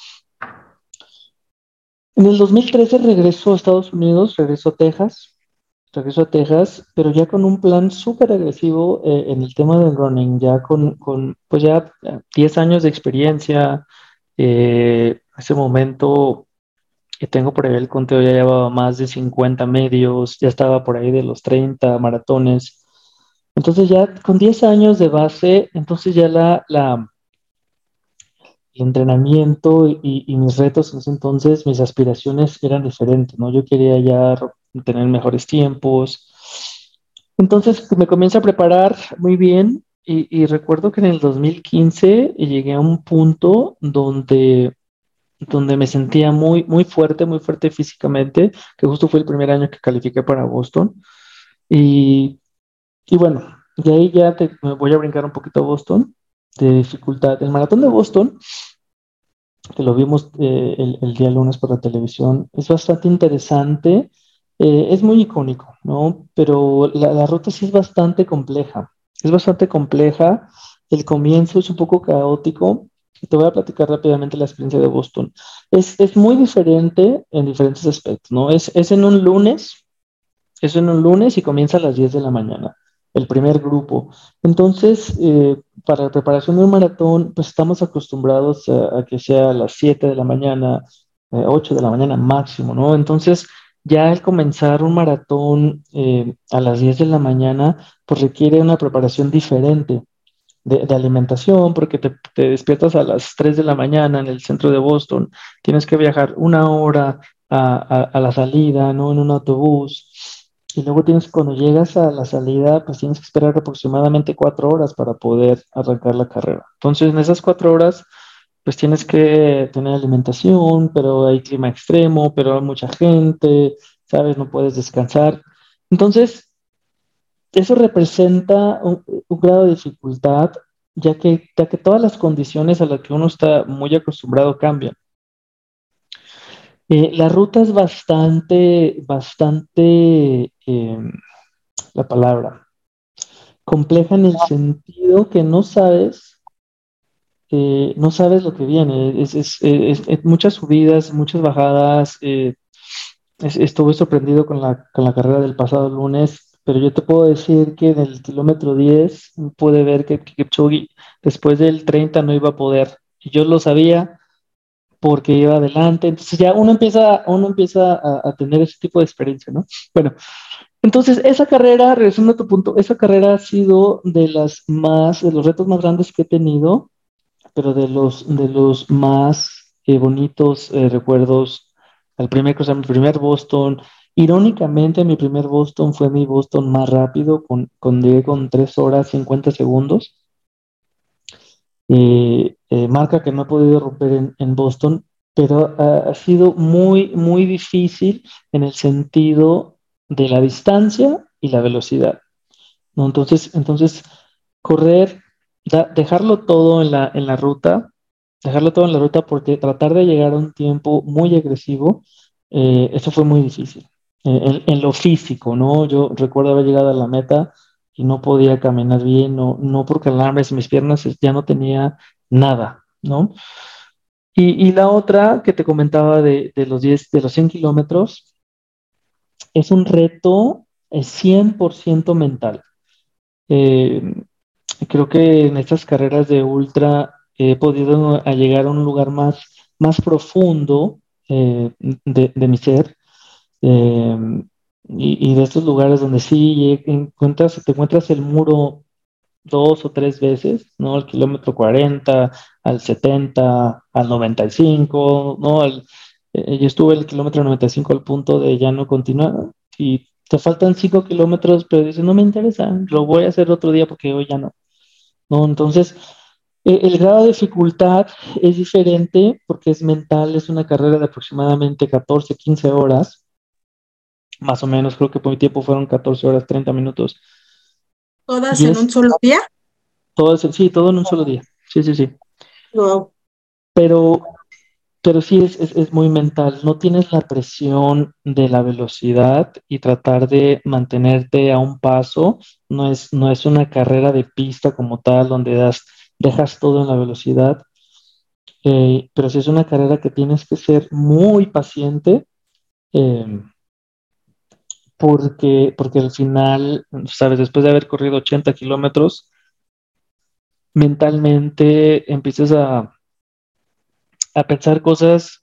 En el 2013 regresó a Estados Unidos, regreso a Texas, pero ya con un plan súper agresivo en el tema del running, ya pues ya 10 años de experiencia. En ese momento que tengo por ahí el conteo, ya llevaba más de 50 medios, ya estaba por ahí de los 30 maratones. Entonces ya con 10 años de base, entonces ya el entrenamiento y mis retos en ese entonces, mis aspiraciones eran diferentes, ¿no? Yo quería ya tener mejores tiempos. Entonces me comienzo a preparar muy bien y recuerdo que en el 2015 llegué a un punto donde me sentía muy fuerte físicamente, que justo fue el primer año que califiqué para Boston. Y, y bueno, de ahí ya me voy a brincar un poquito a Boston, de dificultad. El maratón de Boston, que lo vimos el día lunes por la televisión, es bastante interesante, es muy icónico, ¿no? Pero la ruta sí es bastante compleja, el comienzo es un poco caótico, y te voy a platicar rápidamente la experiencia de Boston. Es muy diferente en diferentes aspectos, ¿no? Es en un lunes y comienza a las 10 de la mañana, el primer grupo. Entonces, para la preparación de un maratón, pues estamos acostumbrados a que sea a las 7 de la mañana, 8 de la mañana máximo, ¿no? Entonces, ya el comenzar un maratón a las 10 de la mañana, pues requiere una preparación diferente de alimentación, porque te despiertas a las 3 de la mañana en el centro de Boston, tienes que viajar una hora a la salida, ¿no? En un autobús. Y luego cuando llegas a la salida, pues tienes que esperar aproximadamente 4 horas para poder arrancar la carrera. Entonces, en esas 4 horas, pues tienes que tener alimentación, pero hay clima extremo, pero hay mucha gente, ¿sabes? No puedes descansar. Entonces, eso representa un grado de dificultad, ya que todas las condiciones a las que uno está muy acostumbrado cambian. La ruta es bastante, la palabra, compleja en el sentido que no sabes lo que viene. Es muchas subidas, muchas bajadas. Estuve sorprendido con la carrera del pasado lunes, pero yo te puedo decir que en el kilómetro 10 pude ver que Kipchoge después del 30 no iba a poder. Y yo lo sabía porque iba adelante. Entonces ya uno empieza a tener ese tipo de experiencia, ¿no? Bueno, entonces esa carrera, regresando a tu punto, esa carrera ha sido de los retos más grandes que he tenido, pero de los más bonitos recuerdos. Mi primer Boston, irónicamente mi primer Boston fue mi Boston más rápido, llegué con 3 horas 50 segundos, marca que no he podido romper en Boston, pero ha sido muy difícil en el sentido de la distancia y la velocidad, ¿no? Entonces correr, dejarlo todo en la ruta, dejarlo todo en la ruta porque tratar de llegar a un tiempo muy agresivo, eso fue muy difícil. En lo físico, ¿no? Yo recuerdo haber llegado a la meta y no podía caminar bien, no por calambres en mis piernas, ya no tenía nada, ¿no? Y la otra que te comentaba de los 10, de los 100 kilómetros, es un reto 100% mental. Eh, Creo que en estas carreras de ultra he podido a llegar a un lugar más profundo de mi ser, eh, y de estos lugares donde sí te encuentras el muro 2 o 3 veces, ¿no? Al kilómetro 40, al 70, al 95, ¿no? Yo estuve el kilómetro 95 al punto de ya no continuar y te faltan 5 kilómetros, pero dices, no me interesa, lo voy a hacer otro día porque hoy ya no. ¿No? Entonces, el grado de dificultad es diferente porque es mental, es una carrera de aproximadamente 14, 15 horas, más o menos, creo que por mi tiempo fueron 14 horas, 30 minutos. ¿Todas Y en un es solo día? todo, sí, todo en un solo día. Sí, sí, sí. Wow. Pero, pero sí es muy mental. No tienes la presión de la velocidad y tratar de mantenerte a un paso. No es una carrera de pista como tal, donde dejas todo en la velocidad. Pero sí es una carrera que tienes que ser muy paciente, eh, porque al final, sabes, después de haber corrido 80 kilómetros, mentalmente empiezas a pensar cosas,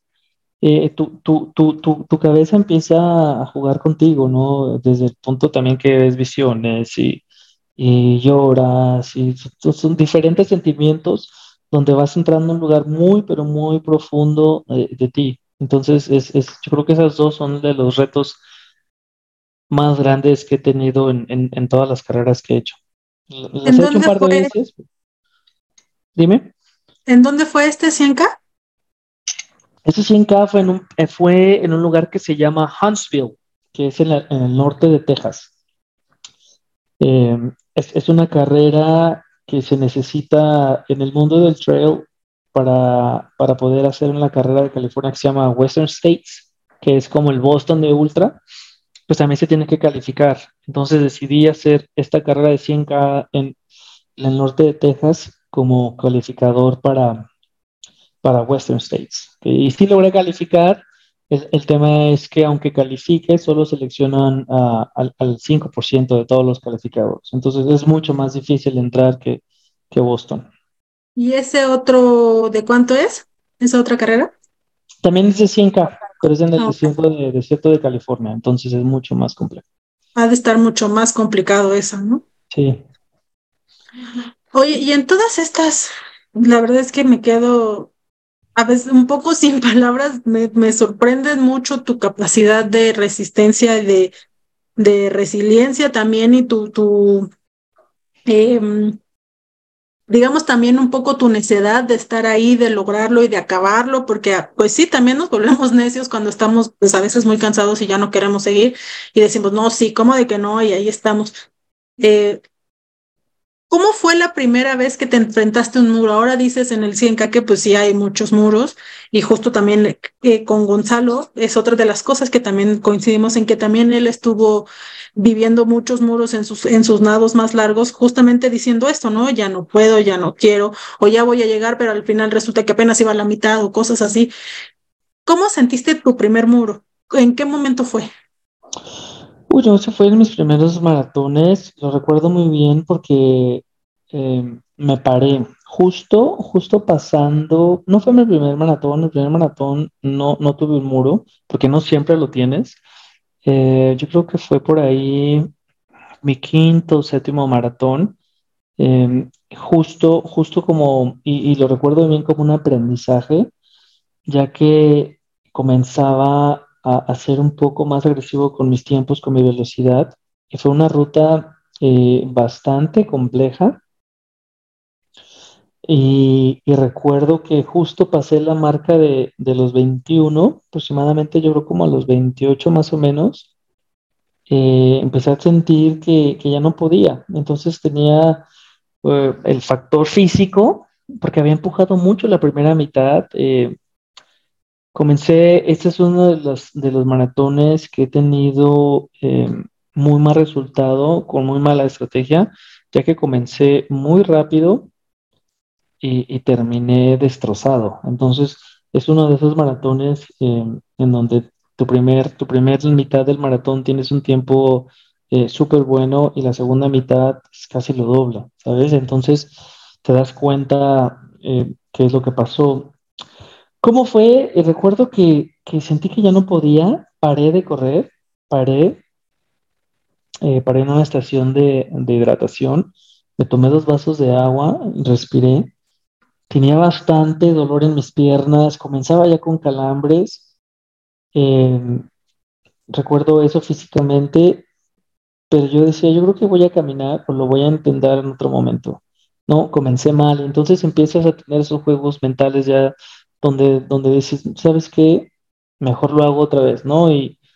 tu cabeza empieza a jugar contigo, ¿no? Desde el punto también que ves visiones y lloras, y son diferentes sentimientos donde vas entrando a un lugar muy, pero muy profundo de ti. Entonces, yo creo que esas dos son de los retos más grandes que he tenido en todas las carreras que he hecho. Las ¿En he hecho un dónde par de fue, veces. Dime. en dónde fue este 100K? Ese 100K fue en un lugar que se llama Huntsville, que es en el norte de Texas. Es una carrera que se necesita en el mundo del trail para poder hacer una carrera de California que se llama Western States, que es como el Boston de Ultra, pues también se tiene que calificar. Entonces decidí hacer esta carrera de 100K en el norte de Texas como calificador para Western States. Y sí logré calificar. El tema es que aunque califique, solo seleccionan al 5% de todos los calificados. Entonces es mucho más difícil entrar que Boston. ¿Y ese otro de cuánto es? ¿Esa otra carrera? También es de 100K, pero es en el Ah, ok. desierto de California, entonces es mucho más complejo. Ha de estar mucho más complicado eso, ¿no? Sí. Oye, y en todas estas, la verdad es que me quedo a veces un poco sin palabras, me sorprende mucho tu capacidad de resistencia y de resiliencia también y em, digamos también un poco tu necedad de estar ahí, de lograrlo y de acabarlo, porque pues sí, también nos volvemos necios cuando estamos pues a veces muy cansados y ya no queremos seguir y decimos, no, sí, ¿cómo de que no? Y ahí estamos. Eh, ¿Cómo fue la primera vez que te enfrentaste a un muro? Ahora dices en el 100K que pues sí hay muchos muros y justo también con Gonzalo es otra de las cosas que también coincidimos en que también él estuvo viviendo muchos muros en sus nados más largos, justamente diciendo esto, ¿no? Ya no puedo, ya no quiero, o ya voy a llegar, pero al final resulta que apenas iba a la mitad o cosas así. ¿Cómo sentiste tu primer muro? ¿En qué momento fue? Uy, no, ese fue en mis primeros maratones. Lo recuerdo muy bien porque me paré justo pasando. No fue mi primer maratón. El primer maratón no tuve un muro porque no siempre lo tienes. Yo creo que fue por ahí mi quinto o séptimo maratón. Justo como, y lo recuerdo bien como un aprendizaje, ya que comenzaba a ser un poco más agresivo con mis tiempos, con mi velocidad, y fue una ruta bastante compleja. Y recuerdo que justo pasé la marca de los 21, aproximadamente yo creo como a los 28 más o menos, empecé a sentir que ya no podía. Entonces tenía el factor físico, porque había empujado mucho la primera mitad. Este es uno de los maratones que he tenido muy mal resultado, con muy mala estrategia, ya que comencé muy rápido y terminé destrozado. Entonces, es uno de esos maratones en donde tu primer mitad del maratón tienes un tiempo súper bueno y la segunda mitad es casi lo dobla, ¿sabes? Entonces, te das cuenta qué es lo que pasó. ¿Cómo fue? Recuerdo que sentí que ya no podía, paré de correr, paré, paré en una estación de hidratación, me tomé 2 vasos de agua, respiré. Tenía bastante dolor en mis piernas, comenzaba ya con calambres. eh, Recuerdo eso físicamente, pero yo decía, yo creo que voy a caminar o lo voy a intentar en otro momento. No, comencé mal, entonces empiezas a tener esos juegos mentales ya donde dices, ¿sabes qué? Mejor lo hago otra vez, ¿no?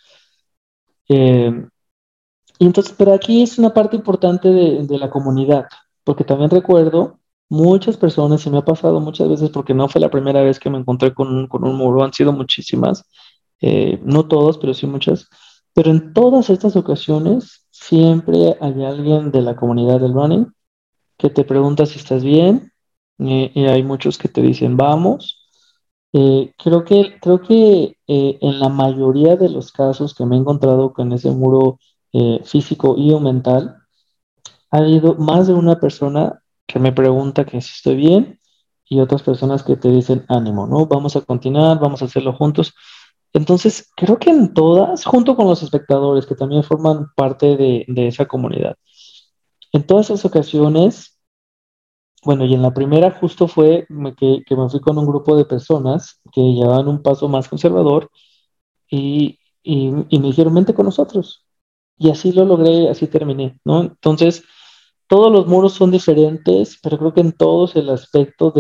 Eh, y entonces, pero aquí es una parte importante de la comunidad, porque también recuerdo muchas personas, y me ha pasado muchas veces, porque no fue la primera vez que me encontré con un muro, han sido muchísimas, no todos, pero sí muchas, pero en todas estas ocasiones siempre hay alguien de la comunidad del running que te pregunta si estás bien, y hay muchos que te dicen vamos. Creo que en la mayoría de los casos que me he encontrado con ese muro físico y o mental, ha habido más de una persona que me pregunta que si estoy bien y otras personas que te dicen ánimo, ¿no? Vamos a continuar, vamos a hacerlo juntos. Entonces, creo que en todas, junto con los espectadores que también forman parte de esa comunidad, en todas esas ocasiones, bueno, y en la primera justo fue que me fui con un grupo de personas que llevaban un paso más conservador y me dijeron, vente con nosotros. Y así lo logré, así terminé, ¿no? Entonces, todos los muros son diferentes, pero creo que en todos el aspecto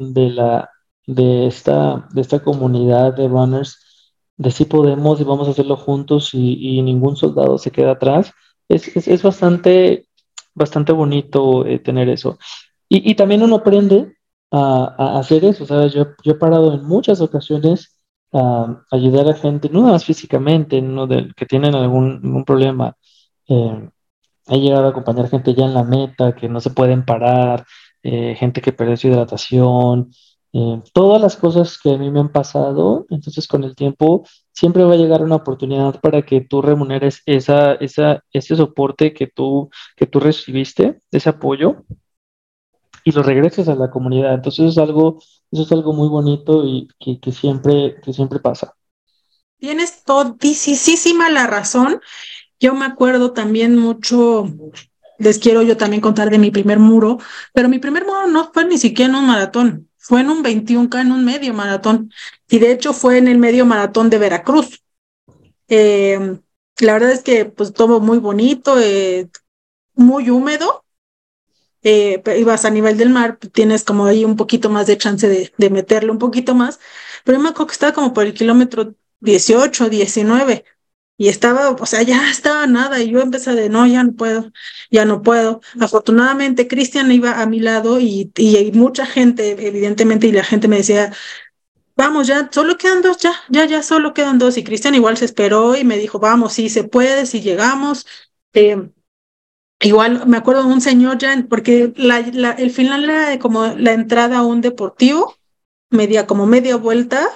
de esta comunidad de runners, de si podemos y vamos a hacerlo juntos y ningún soldado se queda atrás, es bastante bonito tener eso. Y también uno aprende a hacer eso, ¿sabes? Yo he parado en muchas ocasiones a ayudar a gente, no nada más físicamente, no que tienen algún problema. eh, He llegado a acompañar gente ya en la meta, que no se pueden parar, gente que perdió su hidratación, todas las cosas que a mí me han pasado. Entonces, con el tiempo, siempre va a llegar una oportunidad para que tú remuneres ese soporte que tú recibiste, ese apoyo, y lo regreses a la comunidad. Entonces, eso es algo muy bonito y que siempre pasa. Tienes todisísima la razón. Yo me acuerdo también mucho, les quiero yo también contar de mi primer muro, pero mi primer muro no fue ni siquiera en un maratón, fue en un 21K, en un medio maratón, y de hecho fue en el medio maratón de Veracruz. Eh, la verdad es que pues todo muy bonito, muy húmedo, ibas a nivel del mar, tienes como ahí un poquito más de chance de meterle un poquito más, pero yo me acuerdo que estaba como por el kilómetro 18, 19 y estaba, o sea, ya estaba nada y yo empecé de, no, ya no puedo, ya no puedo. Afortunadamente, Cristian iba a mi lado y mucha gente, evidentemente, y la gente me decía, vamos, ya, solo quedan dos, ya, solo quedan dos. Y Cristian igual se esperó y me dijo, vamos, sí se puede, si llegamos. Eh, Igual me acuerdo de un señor ya, porque el final era como la entrada a un deportivo, como media vuelta,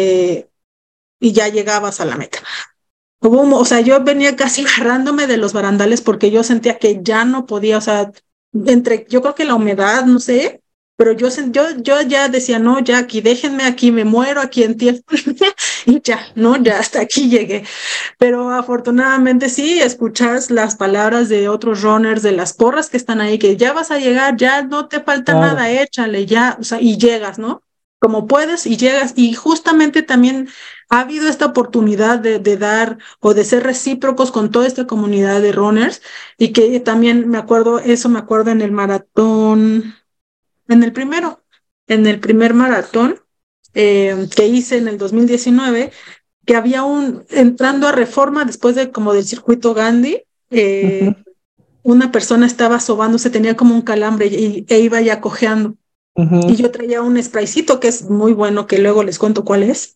y ya llegabas a la meta. O sea, yo venía casi agarrándome de los barandales porque yo sentía que ya no podía, o sea, yo creo que la humedad, no sé, pero yo ya decía, no, ya aquí, déjenme aquí, me muero aquí en tierra, y ya, no, ya hasta aquí llegué. Pero afortunadamente sí, escuchas las palabras de otros runners, de las porras que están ahí, que ya vas a llegar, ya no te falta Claro. nada, échale, ya, o sea, y llegas, ¿no? Como puedes y llegas. Y justamente también ha habido esta oportunidad de dar o de ser recíprocos con toda esta comunidad de runners y que también me acuerdo en el maratón, en el primero, en el primer maratón que hice en el 2019 que había entrando a Reforma después de como del circuito Gandhi, Ujú. una persona estaba sobándose, tenía como un calambre e iba ya cojeando. Y yo traía un spraycito que es muy bueno, que luego les cuento cuál es.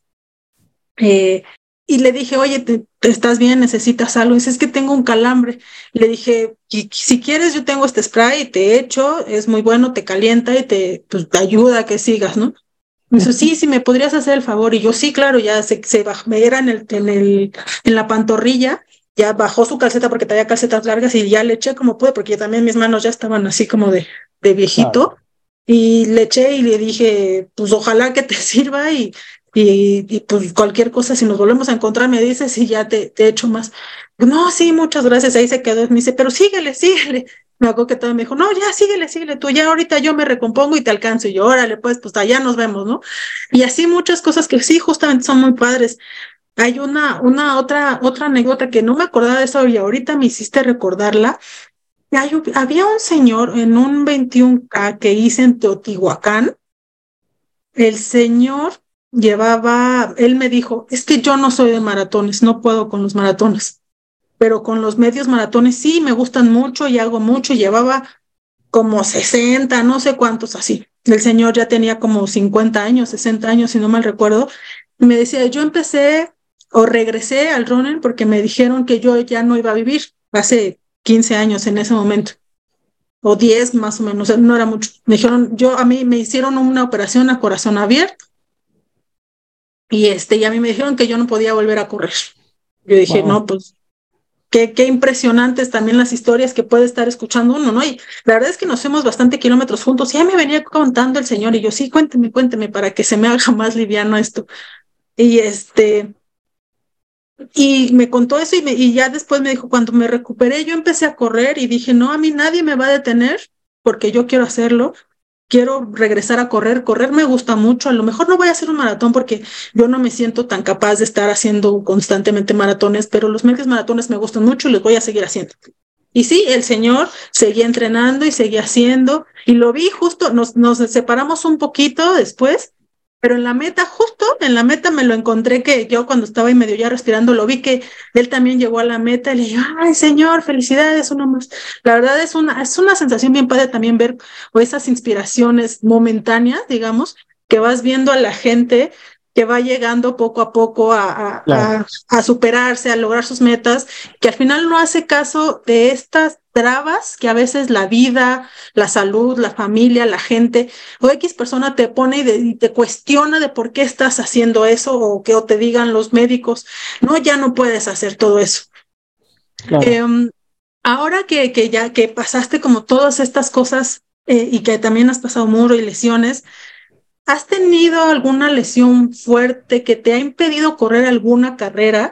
Y le dije, oye, ¿te estás bien? ¿Necesitas algo? Y dice, es que tengo un calambre. Le dije, si quieres, yo tengo este spray y te echo, es muy bueno, te calienta y pues, te ayuda a que sigas, ¿no? Me dice, sí, me podrías hacer el favor. Y yo, sí, claro, ya se bajó, era en la pantorrilla, ya bajó su calceta porque traía calcetas largas y ya le eché como pude, porque también mis manos ya estaban así como de viejito. Claro. Y le eché y le dije, pues ojalá que te sirva y pues cualquier cosa, si nos volvemos a encontrar, me dices y ya te echo más. No, sí, muchas gracias. Ahí se quedó. Me dice, pero síguele. Me acuerdo que todo me dijo, no, ya síguele tú, ya ahorita yo me recompongo y te alcanzo. Y yo, órale, pues allá nos vemos, ¿no? Y así muchas cosas que sí, justamente son muy padres. Hay otra anécdota que no me acordaba de eso y ahorita me hiciste recordarla. Había un señor en un 21K que hice en Teotihuacán. El señor él me dijo, es que yo no soy de maratones, no puedo con los maratones, pero con los medios maratones sí, me gustan mucho y hago mucho. Llevaba como 60, no sé cuántos así. El señor ya tenía como 50 años, 60 años, si no mal recuerdo. Y me decía, yo empecé o regresé al running porque me dijeron que yo ya no iba a vivir hace 15 años en ese momento, o 10 más o menos, no era mucho. Me dijeron, a mí me hicieron una operación a corazón abierto y a mí me dijeron que yo no podía volver a correr. Yo dije, Wow. no, pues qué impresionantes también las historias que puede estar escuchando uno, ¿no? Y la verdad es que nos hacemos bastante kilómetros juntos. Y ya me venía contando el señor y yo, sí, cuénteme para que se me haga más liviano esto. Y y me contó eso y ya después me dijo, cuando me recuperé, yo empecé a correr y dije, no, a mí nadie me va a detener porque yo quiero hacerlo. Quiero regresar a correr me gusta mucho, a lo mejor no voy a hacer un maratón porque yo no me siento tan capaz de estar haciendo constantemente maratones, pero los medios maratones me gustan mucho y los voy a seguir haciendo. Y sí, el señor seguía entrenando y seguía haciendo, y lo vi justo, nos separamos un poquito después, pero en la meta, justo en la meta me lo encontré, que yo cuando estaba ahí medio ya respirando, lo vi que él también llegó a la meta y le dije, ay señor, felicidades, uno más. La verdad es una sensación bien padre también ver o esas inspiraciones momentáneas, digamos, que vas viendo a la gente que va llegando poco a poco Claro. a superarse, a lograr sus metas, que al final no hace caso de estas trabas que a veces la vida, la salud, la familia, la gente o X persona te pone y te cuestiona de por qué estás haciendo eso o te digan los médicos, no, ya no puedes hacer todo eso. Claro. Ahora que ya que pasaste como todas estas cosas y que también has pasado muro y lesiones, ¿has tenido alguna lesión fuerte que te ha impedido correr alguna carrera?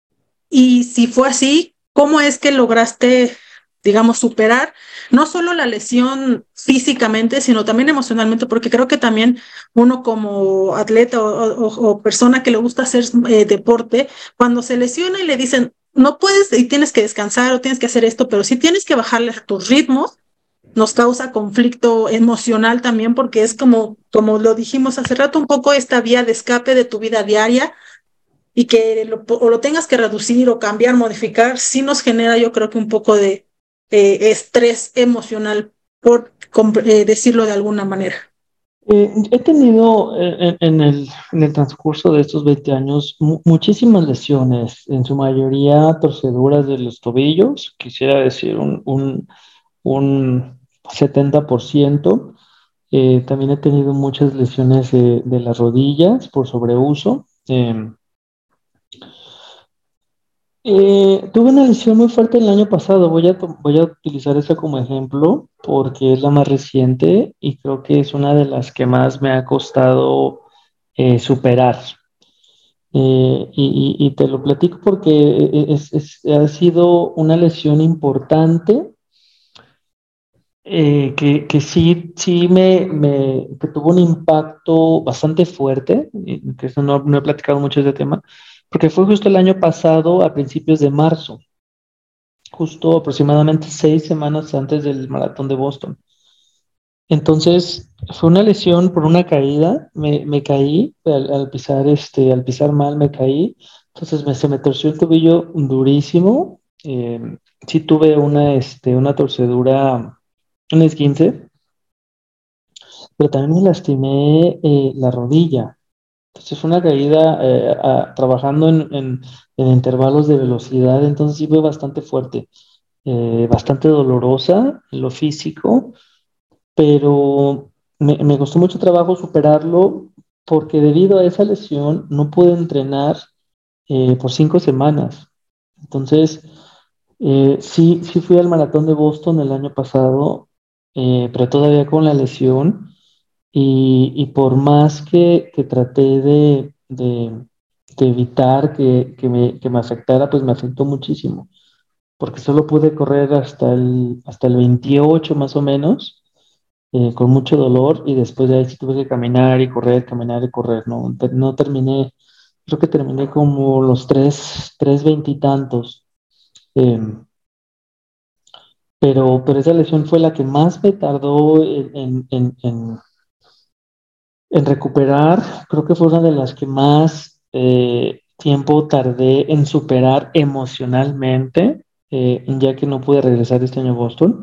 Y si fue así, ¿cómo es que lograste, digamos, superar no solo la lesión físicamente, sino también emocionalmente? Porque creo que también uno como atleta o persona que le gusta hacer deporte, cuando se lesiona y le dicen, no puedes y tienes que descansar o tienes que hacer esto, pero si tienes que bajarle a tus ritmos, nos causa conflicto emocional también porque es como lo dijimos hace rato, un poco esta vía de escape de tu vida diaria y que o lo tengas que reducir o cambiar, modificar, sí nos genera yo creo que un poco de estrés emocional, por decirlo de alguna manera. He tenido en el transcurso de estos 20 años muchísimas lesiones, en su mayoría torceduras de los tobillos, quisiera decir un 70%. También he tenido muchas lesiones de las rodillas por sobreuso. Tuve una lesión muy fuerte el año pasado. Voy a utilizar esa como ejemplo porque es la más reciente y creo que es una de las que más me ha costado superar. Y te lo platico porque ha sido una lesión importante, que sí que tuvo un impacto bastante fuerte, y que eso no he platicado mucho de ese tema, porque fue justo el año pasado, a principios de marzo, justo aproximadamente 6 semanas antes del maratón de Boston. Entonces, fue una lesión por una caída, me caí, al pisar mal me caí, entonces se me torció el tobillo durísimo, sí tuve una torcedura, un esguince, pero también me lastimé la rodilla. Entonces fue una caída trabajando en intervalos de velocidad, entonces sí fue bastante fuerte, bastante dolorosa en lo físico, pero me costó mucho trabajo superarlo porque debido a esa lesión no pude entrenar por 5 semanas. Entonces, sí fui al maratón de Boston el año pasado, pero todavía con la lesión. Y por más que traté de evitar que me afectara, pues me afectó muchísimo, porque solo pude correr hasta el 28 más o menos, con mucho dolor, y después de ahí sí tuve que caminar y correr, ¿no? No terminé, creo que terminé como los tres veintitantos, em, pero esa lesión fue la que más me tardó en recuperar. Creo que fue una de las que más tiempo tardé en superar emocionalmente, ya que no pude regresar este año a Boston.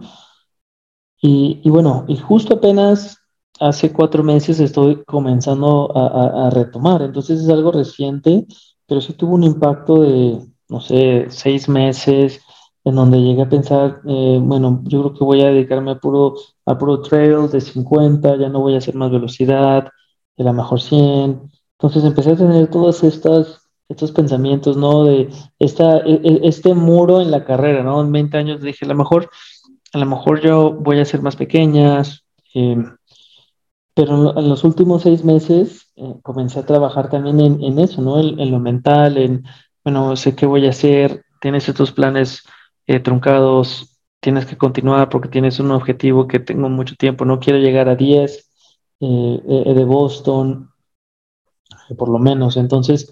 Y bueno, y justo apenas hace 4 meses estoy comenzando a retomar, entonces es algo reciente, pero sí tuvo un impacto de, no sé, 6 meses, en donde llegué a pensar, bueno, yo creo que voy a dedicarme a puro trail de 50, ya no voy a hacer más velocidad, de la mejor 100. Entonces empecé a tener todos estos pensamientos, ¿no? De este muro en la carrera, ¿no? En 20 años dije, a lo mejor yo voy a ser más pequeñas, eh, pero en los últimos 6 meses comencé a trabajar también en eso, ¿no? En lo mental, bueno, sé qué voy a hacer, tienes estos planes truncados, tienes que continuar porque tienes un objetivo que tengo mucho tiempo, no quiero llegar a 10 de Boston, por lo menos. Entonces,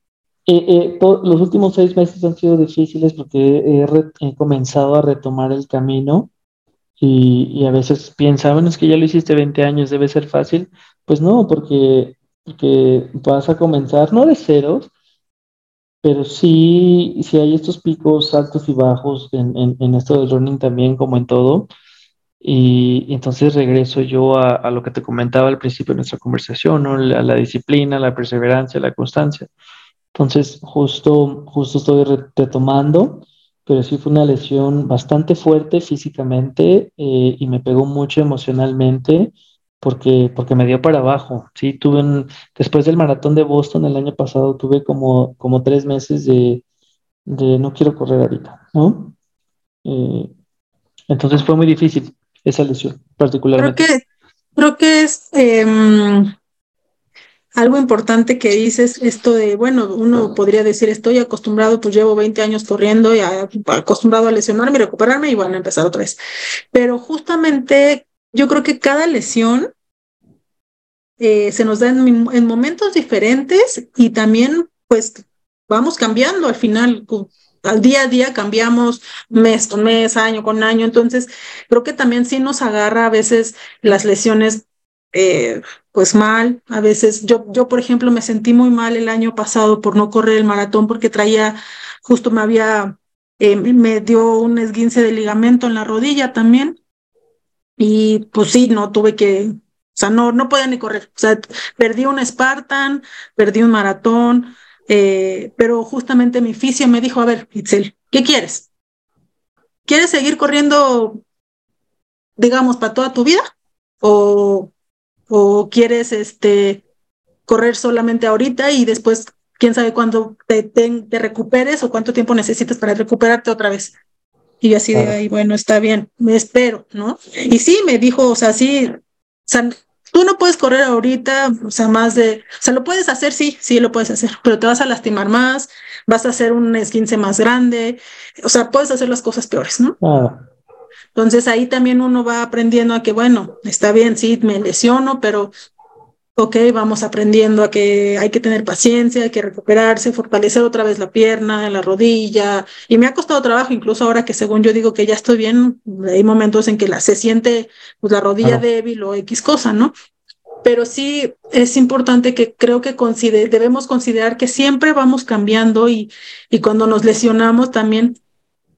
los últimos 6 meses han sido difíciles porque he comenzado a retomar el camino. Y a veces piensa, bueno, es que ya lo hiciste 20 años, debe ser fácil. Pues no, porque vas a comenzar, no de ceros, pero sí hay estos picos altos y bajos en esto del running también, como en todo. Y entonces regreso yo a lo que te comentaba al principio de nuestra conversación, ¿no? A la disciplina, la perseverancia, la constancia. Entonces, justo estoy retomando, pero sí fue una lesión bastante fuerte físicamente, y me pegó mucho emocionalmente porque me dio para abajo. Sí, después del maratón de Boston el año pasado, tuve como 3 meses de no quiero correr ahorita, ¿no? Eh, entonces fue muy difícil esa lesión, Creo particularmente. que, creo que es algo importante que dices, esto de, bueno, uno podría decir, estoy acostumbrado, pues llevo 20 años corriendo y acostumbrado a lesionarme y recuperarme y bueno, empezar otra vez. Pero justamente yo creo que cada lesión se nos da en momentos diferentes y también pues vamos cambiando al final. Al día a día cambiamos mes con mes, año con año, entonces creo que también sí nos agarra a veces las lesiones pues mal, a veces yo por ejemplo me sentí muy mal el año pasado por no correr el maratón porque justo me dio un esguince de ligamento en la rodilla también y pues sí, no tuve que, o sea, no podía ni correr. O sea, perdí un Spartan, perdí un maratón, pero justamente mi fisio me dijo, a ver, Itzel, ¿qué quieres? ¿Quieres seguir corriendo, digamos, para toda tu vida? ¿O, o quieres correr solamente ahorita y después, quién sabe cuándo te recuperes o cuánto tiempo necesitas para recuperarte otra vez? Y yo así de, Claro. ay, bueno, está bien, me espero, ¿no? Y sí, me dijo, o sea, sí, o sea, tú no puedes correr ahorita, o sea, o sea, lo puedes hacer, sí lo puedes hacer, pero te vas a lastimar más, vas a hacer un esguince más grande, o sea, puedes hacer las cosas peores, ¿no? Ah, Entonces ahí también uno va aprendiendo a que, bueno, está bien, sí, me lesiono, pero ok, vamos aprendiendo a que hay que tener paciencia, hay que recuperarse, fortalecer otra vez la pierna, la rodilla. Y me ha costado trabajo, incluso ahora que según yo digo que ya estoy bien, hay momentos en que se siente pues, la rodilla claro. débil o X cosa, ¿no? Pero sí es importante que creo que debemos considerar que siempre vamos cambiando y cuando nos lesionamos también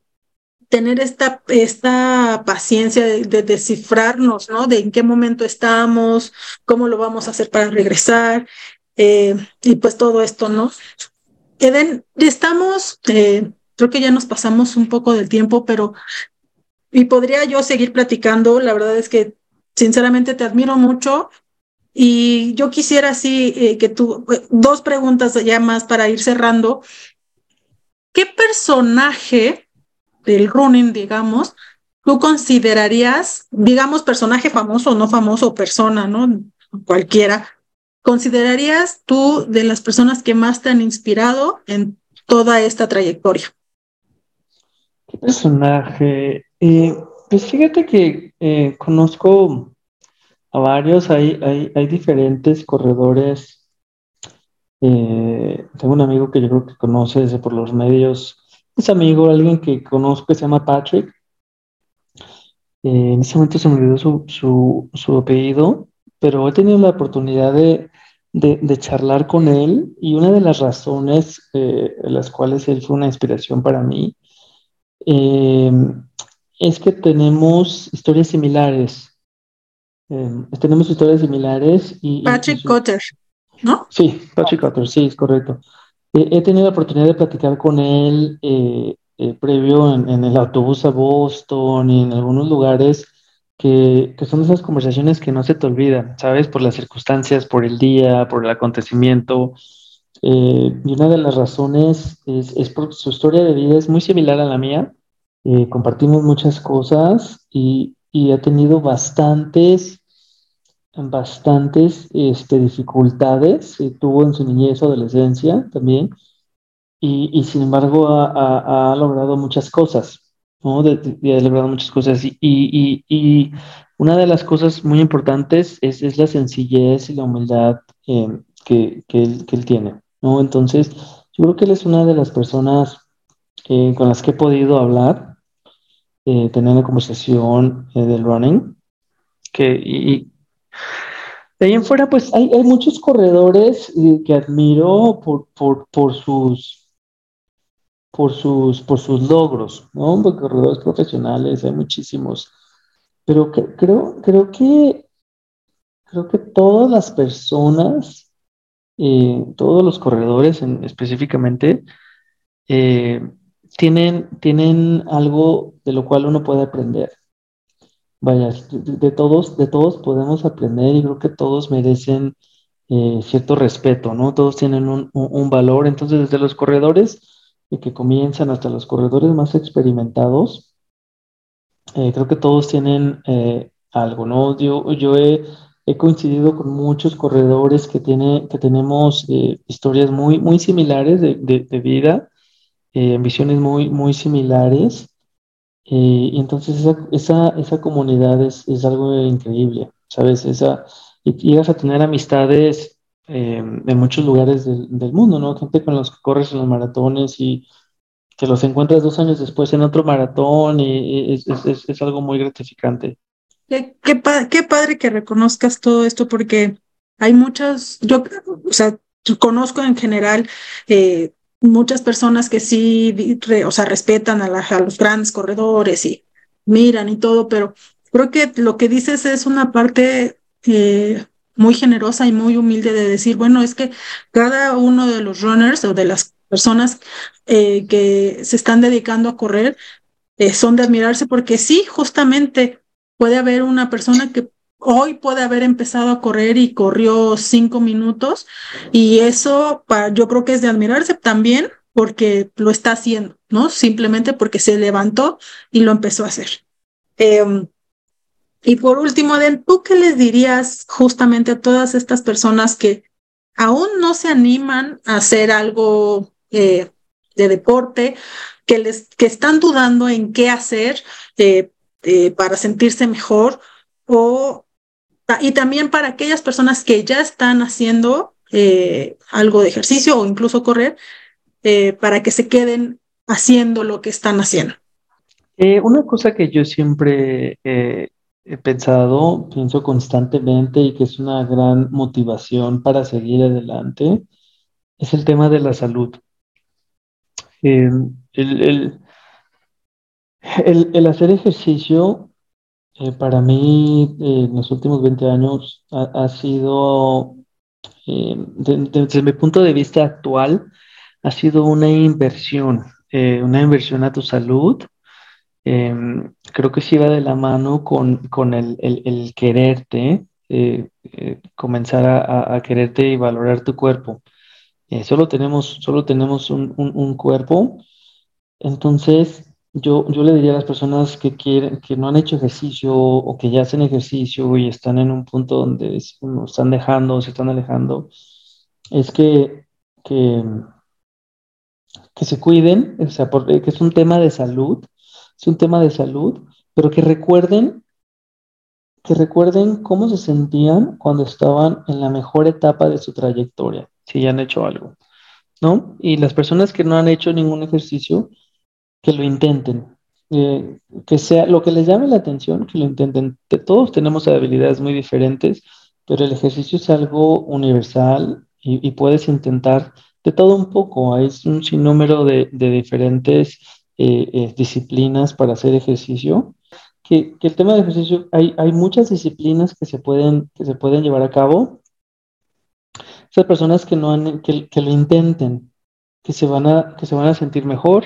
tener esta paciencia de descifrarnos, ¿no? De en qué momento estamos, cómo lo vamos a hacer para regresar, y pues todo esto, ¿no? Eden, creo que ya nos pasamos un poco del tiempo, y podría yo seguir platicando. La verdad es que sinceramente te admiro mucho y yo quisiera así que tú, dos preguntas ya más para ir cerrando. ¿Qué personaje del running, digamos, tú considerarías, digamos, personaje famoso o no famoso, persona, ¿no? Cualquiera, considerarías tú de las personas que más te han inspirado en toda esta trayectoria? ¿Qué personaje? Pues fíjate que conozco a varios, hay diferentes corredores. Tengo un amigo que yo creo que conoces por los medios, es amigo, alguien que conozco que se llama Patrick. En ese momento se me olvidó su apellido, pero he tenido la oportunidad de charlar con él y una de las razones las cuales él fue una inspiración para mí eh, es que tenemos historias similares Patrick Cotter, ¿no? sí, Patrick Cutter, sí, es correcto. He tenido la oportunidad de platicar con él previo en el autobús a Boston y en algunos lugares que son esas conversaciones que no se te olvidan, ¿sabes? Por las circunstancias, por el día, por el acontecimiento. Y una de las razones es porque su historia de vida es muy similar a la mía. Compartimos muchas cosas y ha tenido bastantes dificultades, tuvo en su niñez o adolescencia también, y sin embargo ha logrado muchas cosas, ¿no? Ha logrado muchas cosas, y una de las cosas muy importantes es la sencillez y la humildad que él tiene, ¿no? Entonces, yo creo que él es una de las personas con las que he podido hablar, tener una conversación del running, de ahí en fuera, pues hay muchos corredores que admiro por sus logros, ¿no? Porque corredores profesionales hay muchísimos, pero creo que todas las personas, todos los corredores específicamente, eh, tienen algo de lo cual uno puede aprender. Vaya, de todos podemos aprender y creo que todos merecen cierto respeto, ¿no? Todos tienen un valor. Entonces, desde los corredores que comienzan hasta los corredores más experimentados, creo que todos tienen algo, ¿no? Yo he coincidido con muchos corredores que tenemos historias muy, muy similares de vida, visiones muy, muy similares. Y entonces esa comunidad es algo increíble, ¿sabes? Y llegas a tener amistades en muchos lugares del mundo, ¿no? Gente con los que corres en los maratones y que los encuentras 2 años después en otro maratón y es algo muy gratificante. Qué padre que reconozcas todo esto porque hay o sea, yo conozco en general muchas personas que sí, o sea, respetan a los grandes corredores y miran y todo, pero creo que lo que dices es una parte muy generosa y muy humilde de decir, bueno, es que cada uno de los runners o de las personas que se están dedicando a correr son de admirarse porque sí, justamente puede haber una persona que hoy puede haber empezado a correr y corrió 5 minutos y eso yo creo que es de admirarse también porque lo está haciendo, ¿no? Simplemente porque se levantó y lo empezó a hacer. Eh, y por último, Adel, ¿tú qué les dirías justamente a todas estas personas que aún no se animan a hacer algo de deporte, que están dudando en qué hacer eh, para sentirse mejor, y también para aquellas personas que ya están haciendo algo de ejercicio o incluso correr, para que se queden haciendo lo que están haciendo? Una cosa que yo siempre he pienso constantemente y que es una gran motivación para seguir adelante, es el tema de la salud. Eh, el, el- El hacer ejercicio, para mí, en los últimos 20 años, ha sido, desde mi punto de vista actual, ha sido una inversión a tu salud. Creo que sí va de la mano con el quererte, comenzar a quererte y valorar tu cuerpo. Solo tenemos un cuerpo. Entonces, yo le diría a las personas que quieren, que no han hecho ejercicio o que ya hacen ejercicio y están en un punto donde están dejando, se están alejando, es que, que se cuiden, o sea, que es un tema de salud, es un tema de salud, pero que recuerden cómo se sentían cuando estaban en la mejor etapa de su trayectoria, si ya han hecho algo, ¿no? Y las personas que no han hecho ningún ejercicio, que lo intenten, que sea lo que les llame la atención, que lo intenten. Todos tenemos habilidades muy diferentes, pero el ejercicio es algo universal y puedes intentar de todo un poco. Hay un sinnúmero de diferentes disciplinas para hacer ejercicio. Que el tema de ejercicio, hay muchas disciplinas que se pueden llevar a cabo. Esas personas que no han, que lo intenten, que se van a sentir mejor,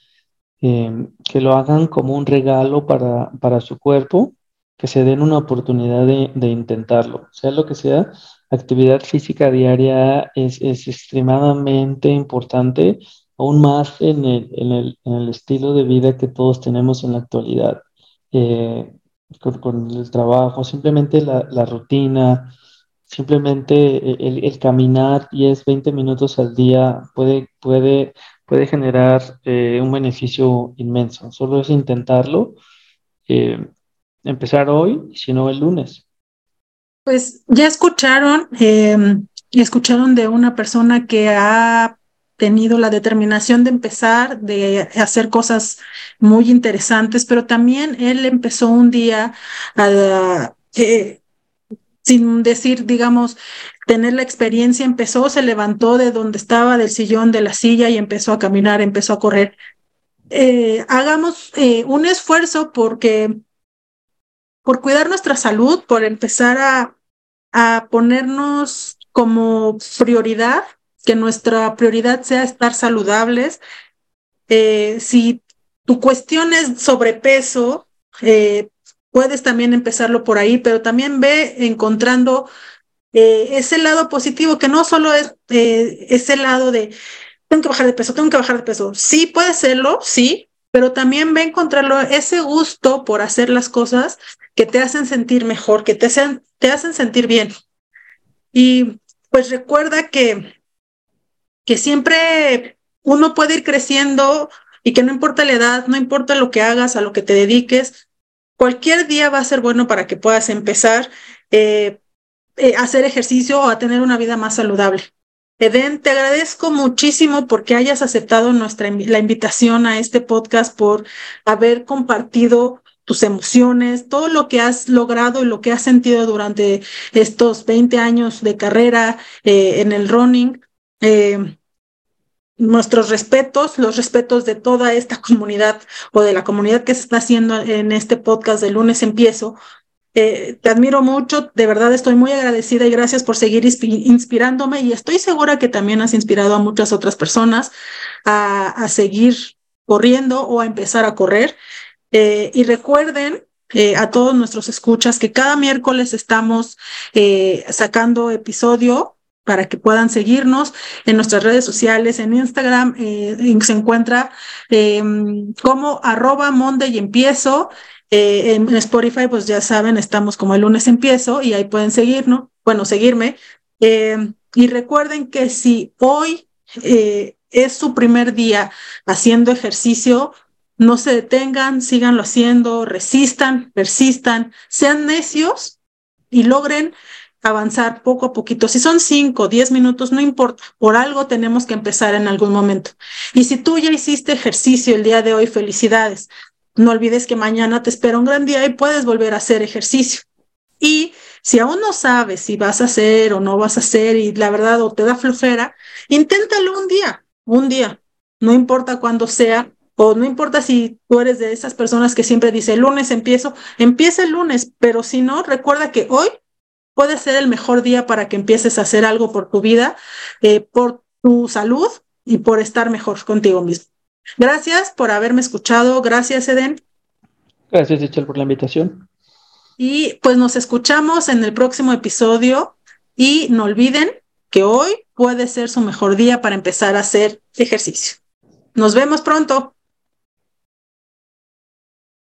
que lo hagan como un regalo para su cuerpo, que se den una oportunidad de intentarlo, sea lo que sea. Actividad física diaria es extremadamente importante, aún más en el estilo de vida que todos tenemos en la actualidad. Eh, con el trabajo, simplemente la rutina, simplemente el caminar 10 20 minutos al día puede generar un beneficio inmenso. Solo es intentarlo, eh, empezar hoy, y si no el lunes. Pues ya escucharon de una persona que ha tenido la determinación de empezar, de hacer cosas muy interesantes, pero también él empezó un día sin decir, digamos, tener la experiencia, empezó, se levantó de donde estaba, del sillón, de la silla y empezó a caminar, empezó a correr. Hagamos un esfuerzo por cuidar nuestra salud, por empezar a ponernos como prioridad, que nuestra prioridad sea estar saludables. Si tu cuestión es sobrepeso, puedes también empezarlo por ahí, pero también ve encontrando ese lado positivo, que no solo es ese lado de tengo que bajar de peso, tengo que bajar de peso. Sí, puede serlo, sí, pero también ve encontrarlo ese gusto por hacer las cosas que te hacen sentir mejor, que te hacen sentir bien. Y pues recuerda que siempre uno puede ir creciendo y que no importa la edad, no importa lo que hagas, a lo que te dediques, cualquier día va a ser bueno para que puedas empezar eh, a hacer ejercicio o a tener una vida más saludable. Eden, te agradezco muchísimo porque hayas aceptado la invitación a este podcast, por haber compartido tus emociones, todo lo que has logrado y lo que has sentido durante estos 20 años de carrera en el running. Eh, Nuestros respetos, los respetos de toda esta comunidad o de la comunidad que se está haciendo en este podcast de Lunes Empiezo. Te admiro mucho, de verdad estoy muy agradecida y gracias por seguir inspirándome, y estoy segura que también has inspirado a muchas otras personas a seguir corriendo o a empezar a correr. Y recuerden a todos nuestros escuchas que cada miércoles estamos sacando episodio para que puedan seguirnos en nuestras redes sociales. En Instagram se encuentra como @mondayempiezo. En Spotify, pues ya saben, estamos como El Lunes Empiezo y ahí pueden seguirnos, bueno, seguirme. Y recuerden que si hoy es su primer día haciendo ejercicio, no se detengan, síganlo haciendo, resistan, persistan, sean necios y logren avanzar poco a poquito. Si son 5, 10 minutos, no importa, por algo tenemos que empezar en algún momento. Y si tú ya hiciste ejercicio el día de hoy, felicidades. No olvides que mañana te espera un gran día y puedes volver a hacer ejercicio. Y si aún no sabes si vas a hacer o no vas a hacer y la verdad o te da flojera, inténtalo un día, no importa cuándo sea, o no importa si tú eres de esas personas que siempre dice el lunes empiezo, empieza el lunes, pero si no, recuerda que hoy puede ser el mejor día para que empieces a hacer algo por tu vida, por tu salud y por estar mejor contigo mismo. Gracias por haberme escuchado, gracias Eden. Gracias, Echel, por la invitación. Y pues nos escuchamos en el próximo episodio y no olviden que hoy puede ser su mejor día para empezar a hacer ejercicio. Nos vemos pronto.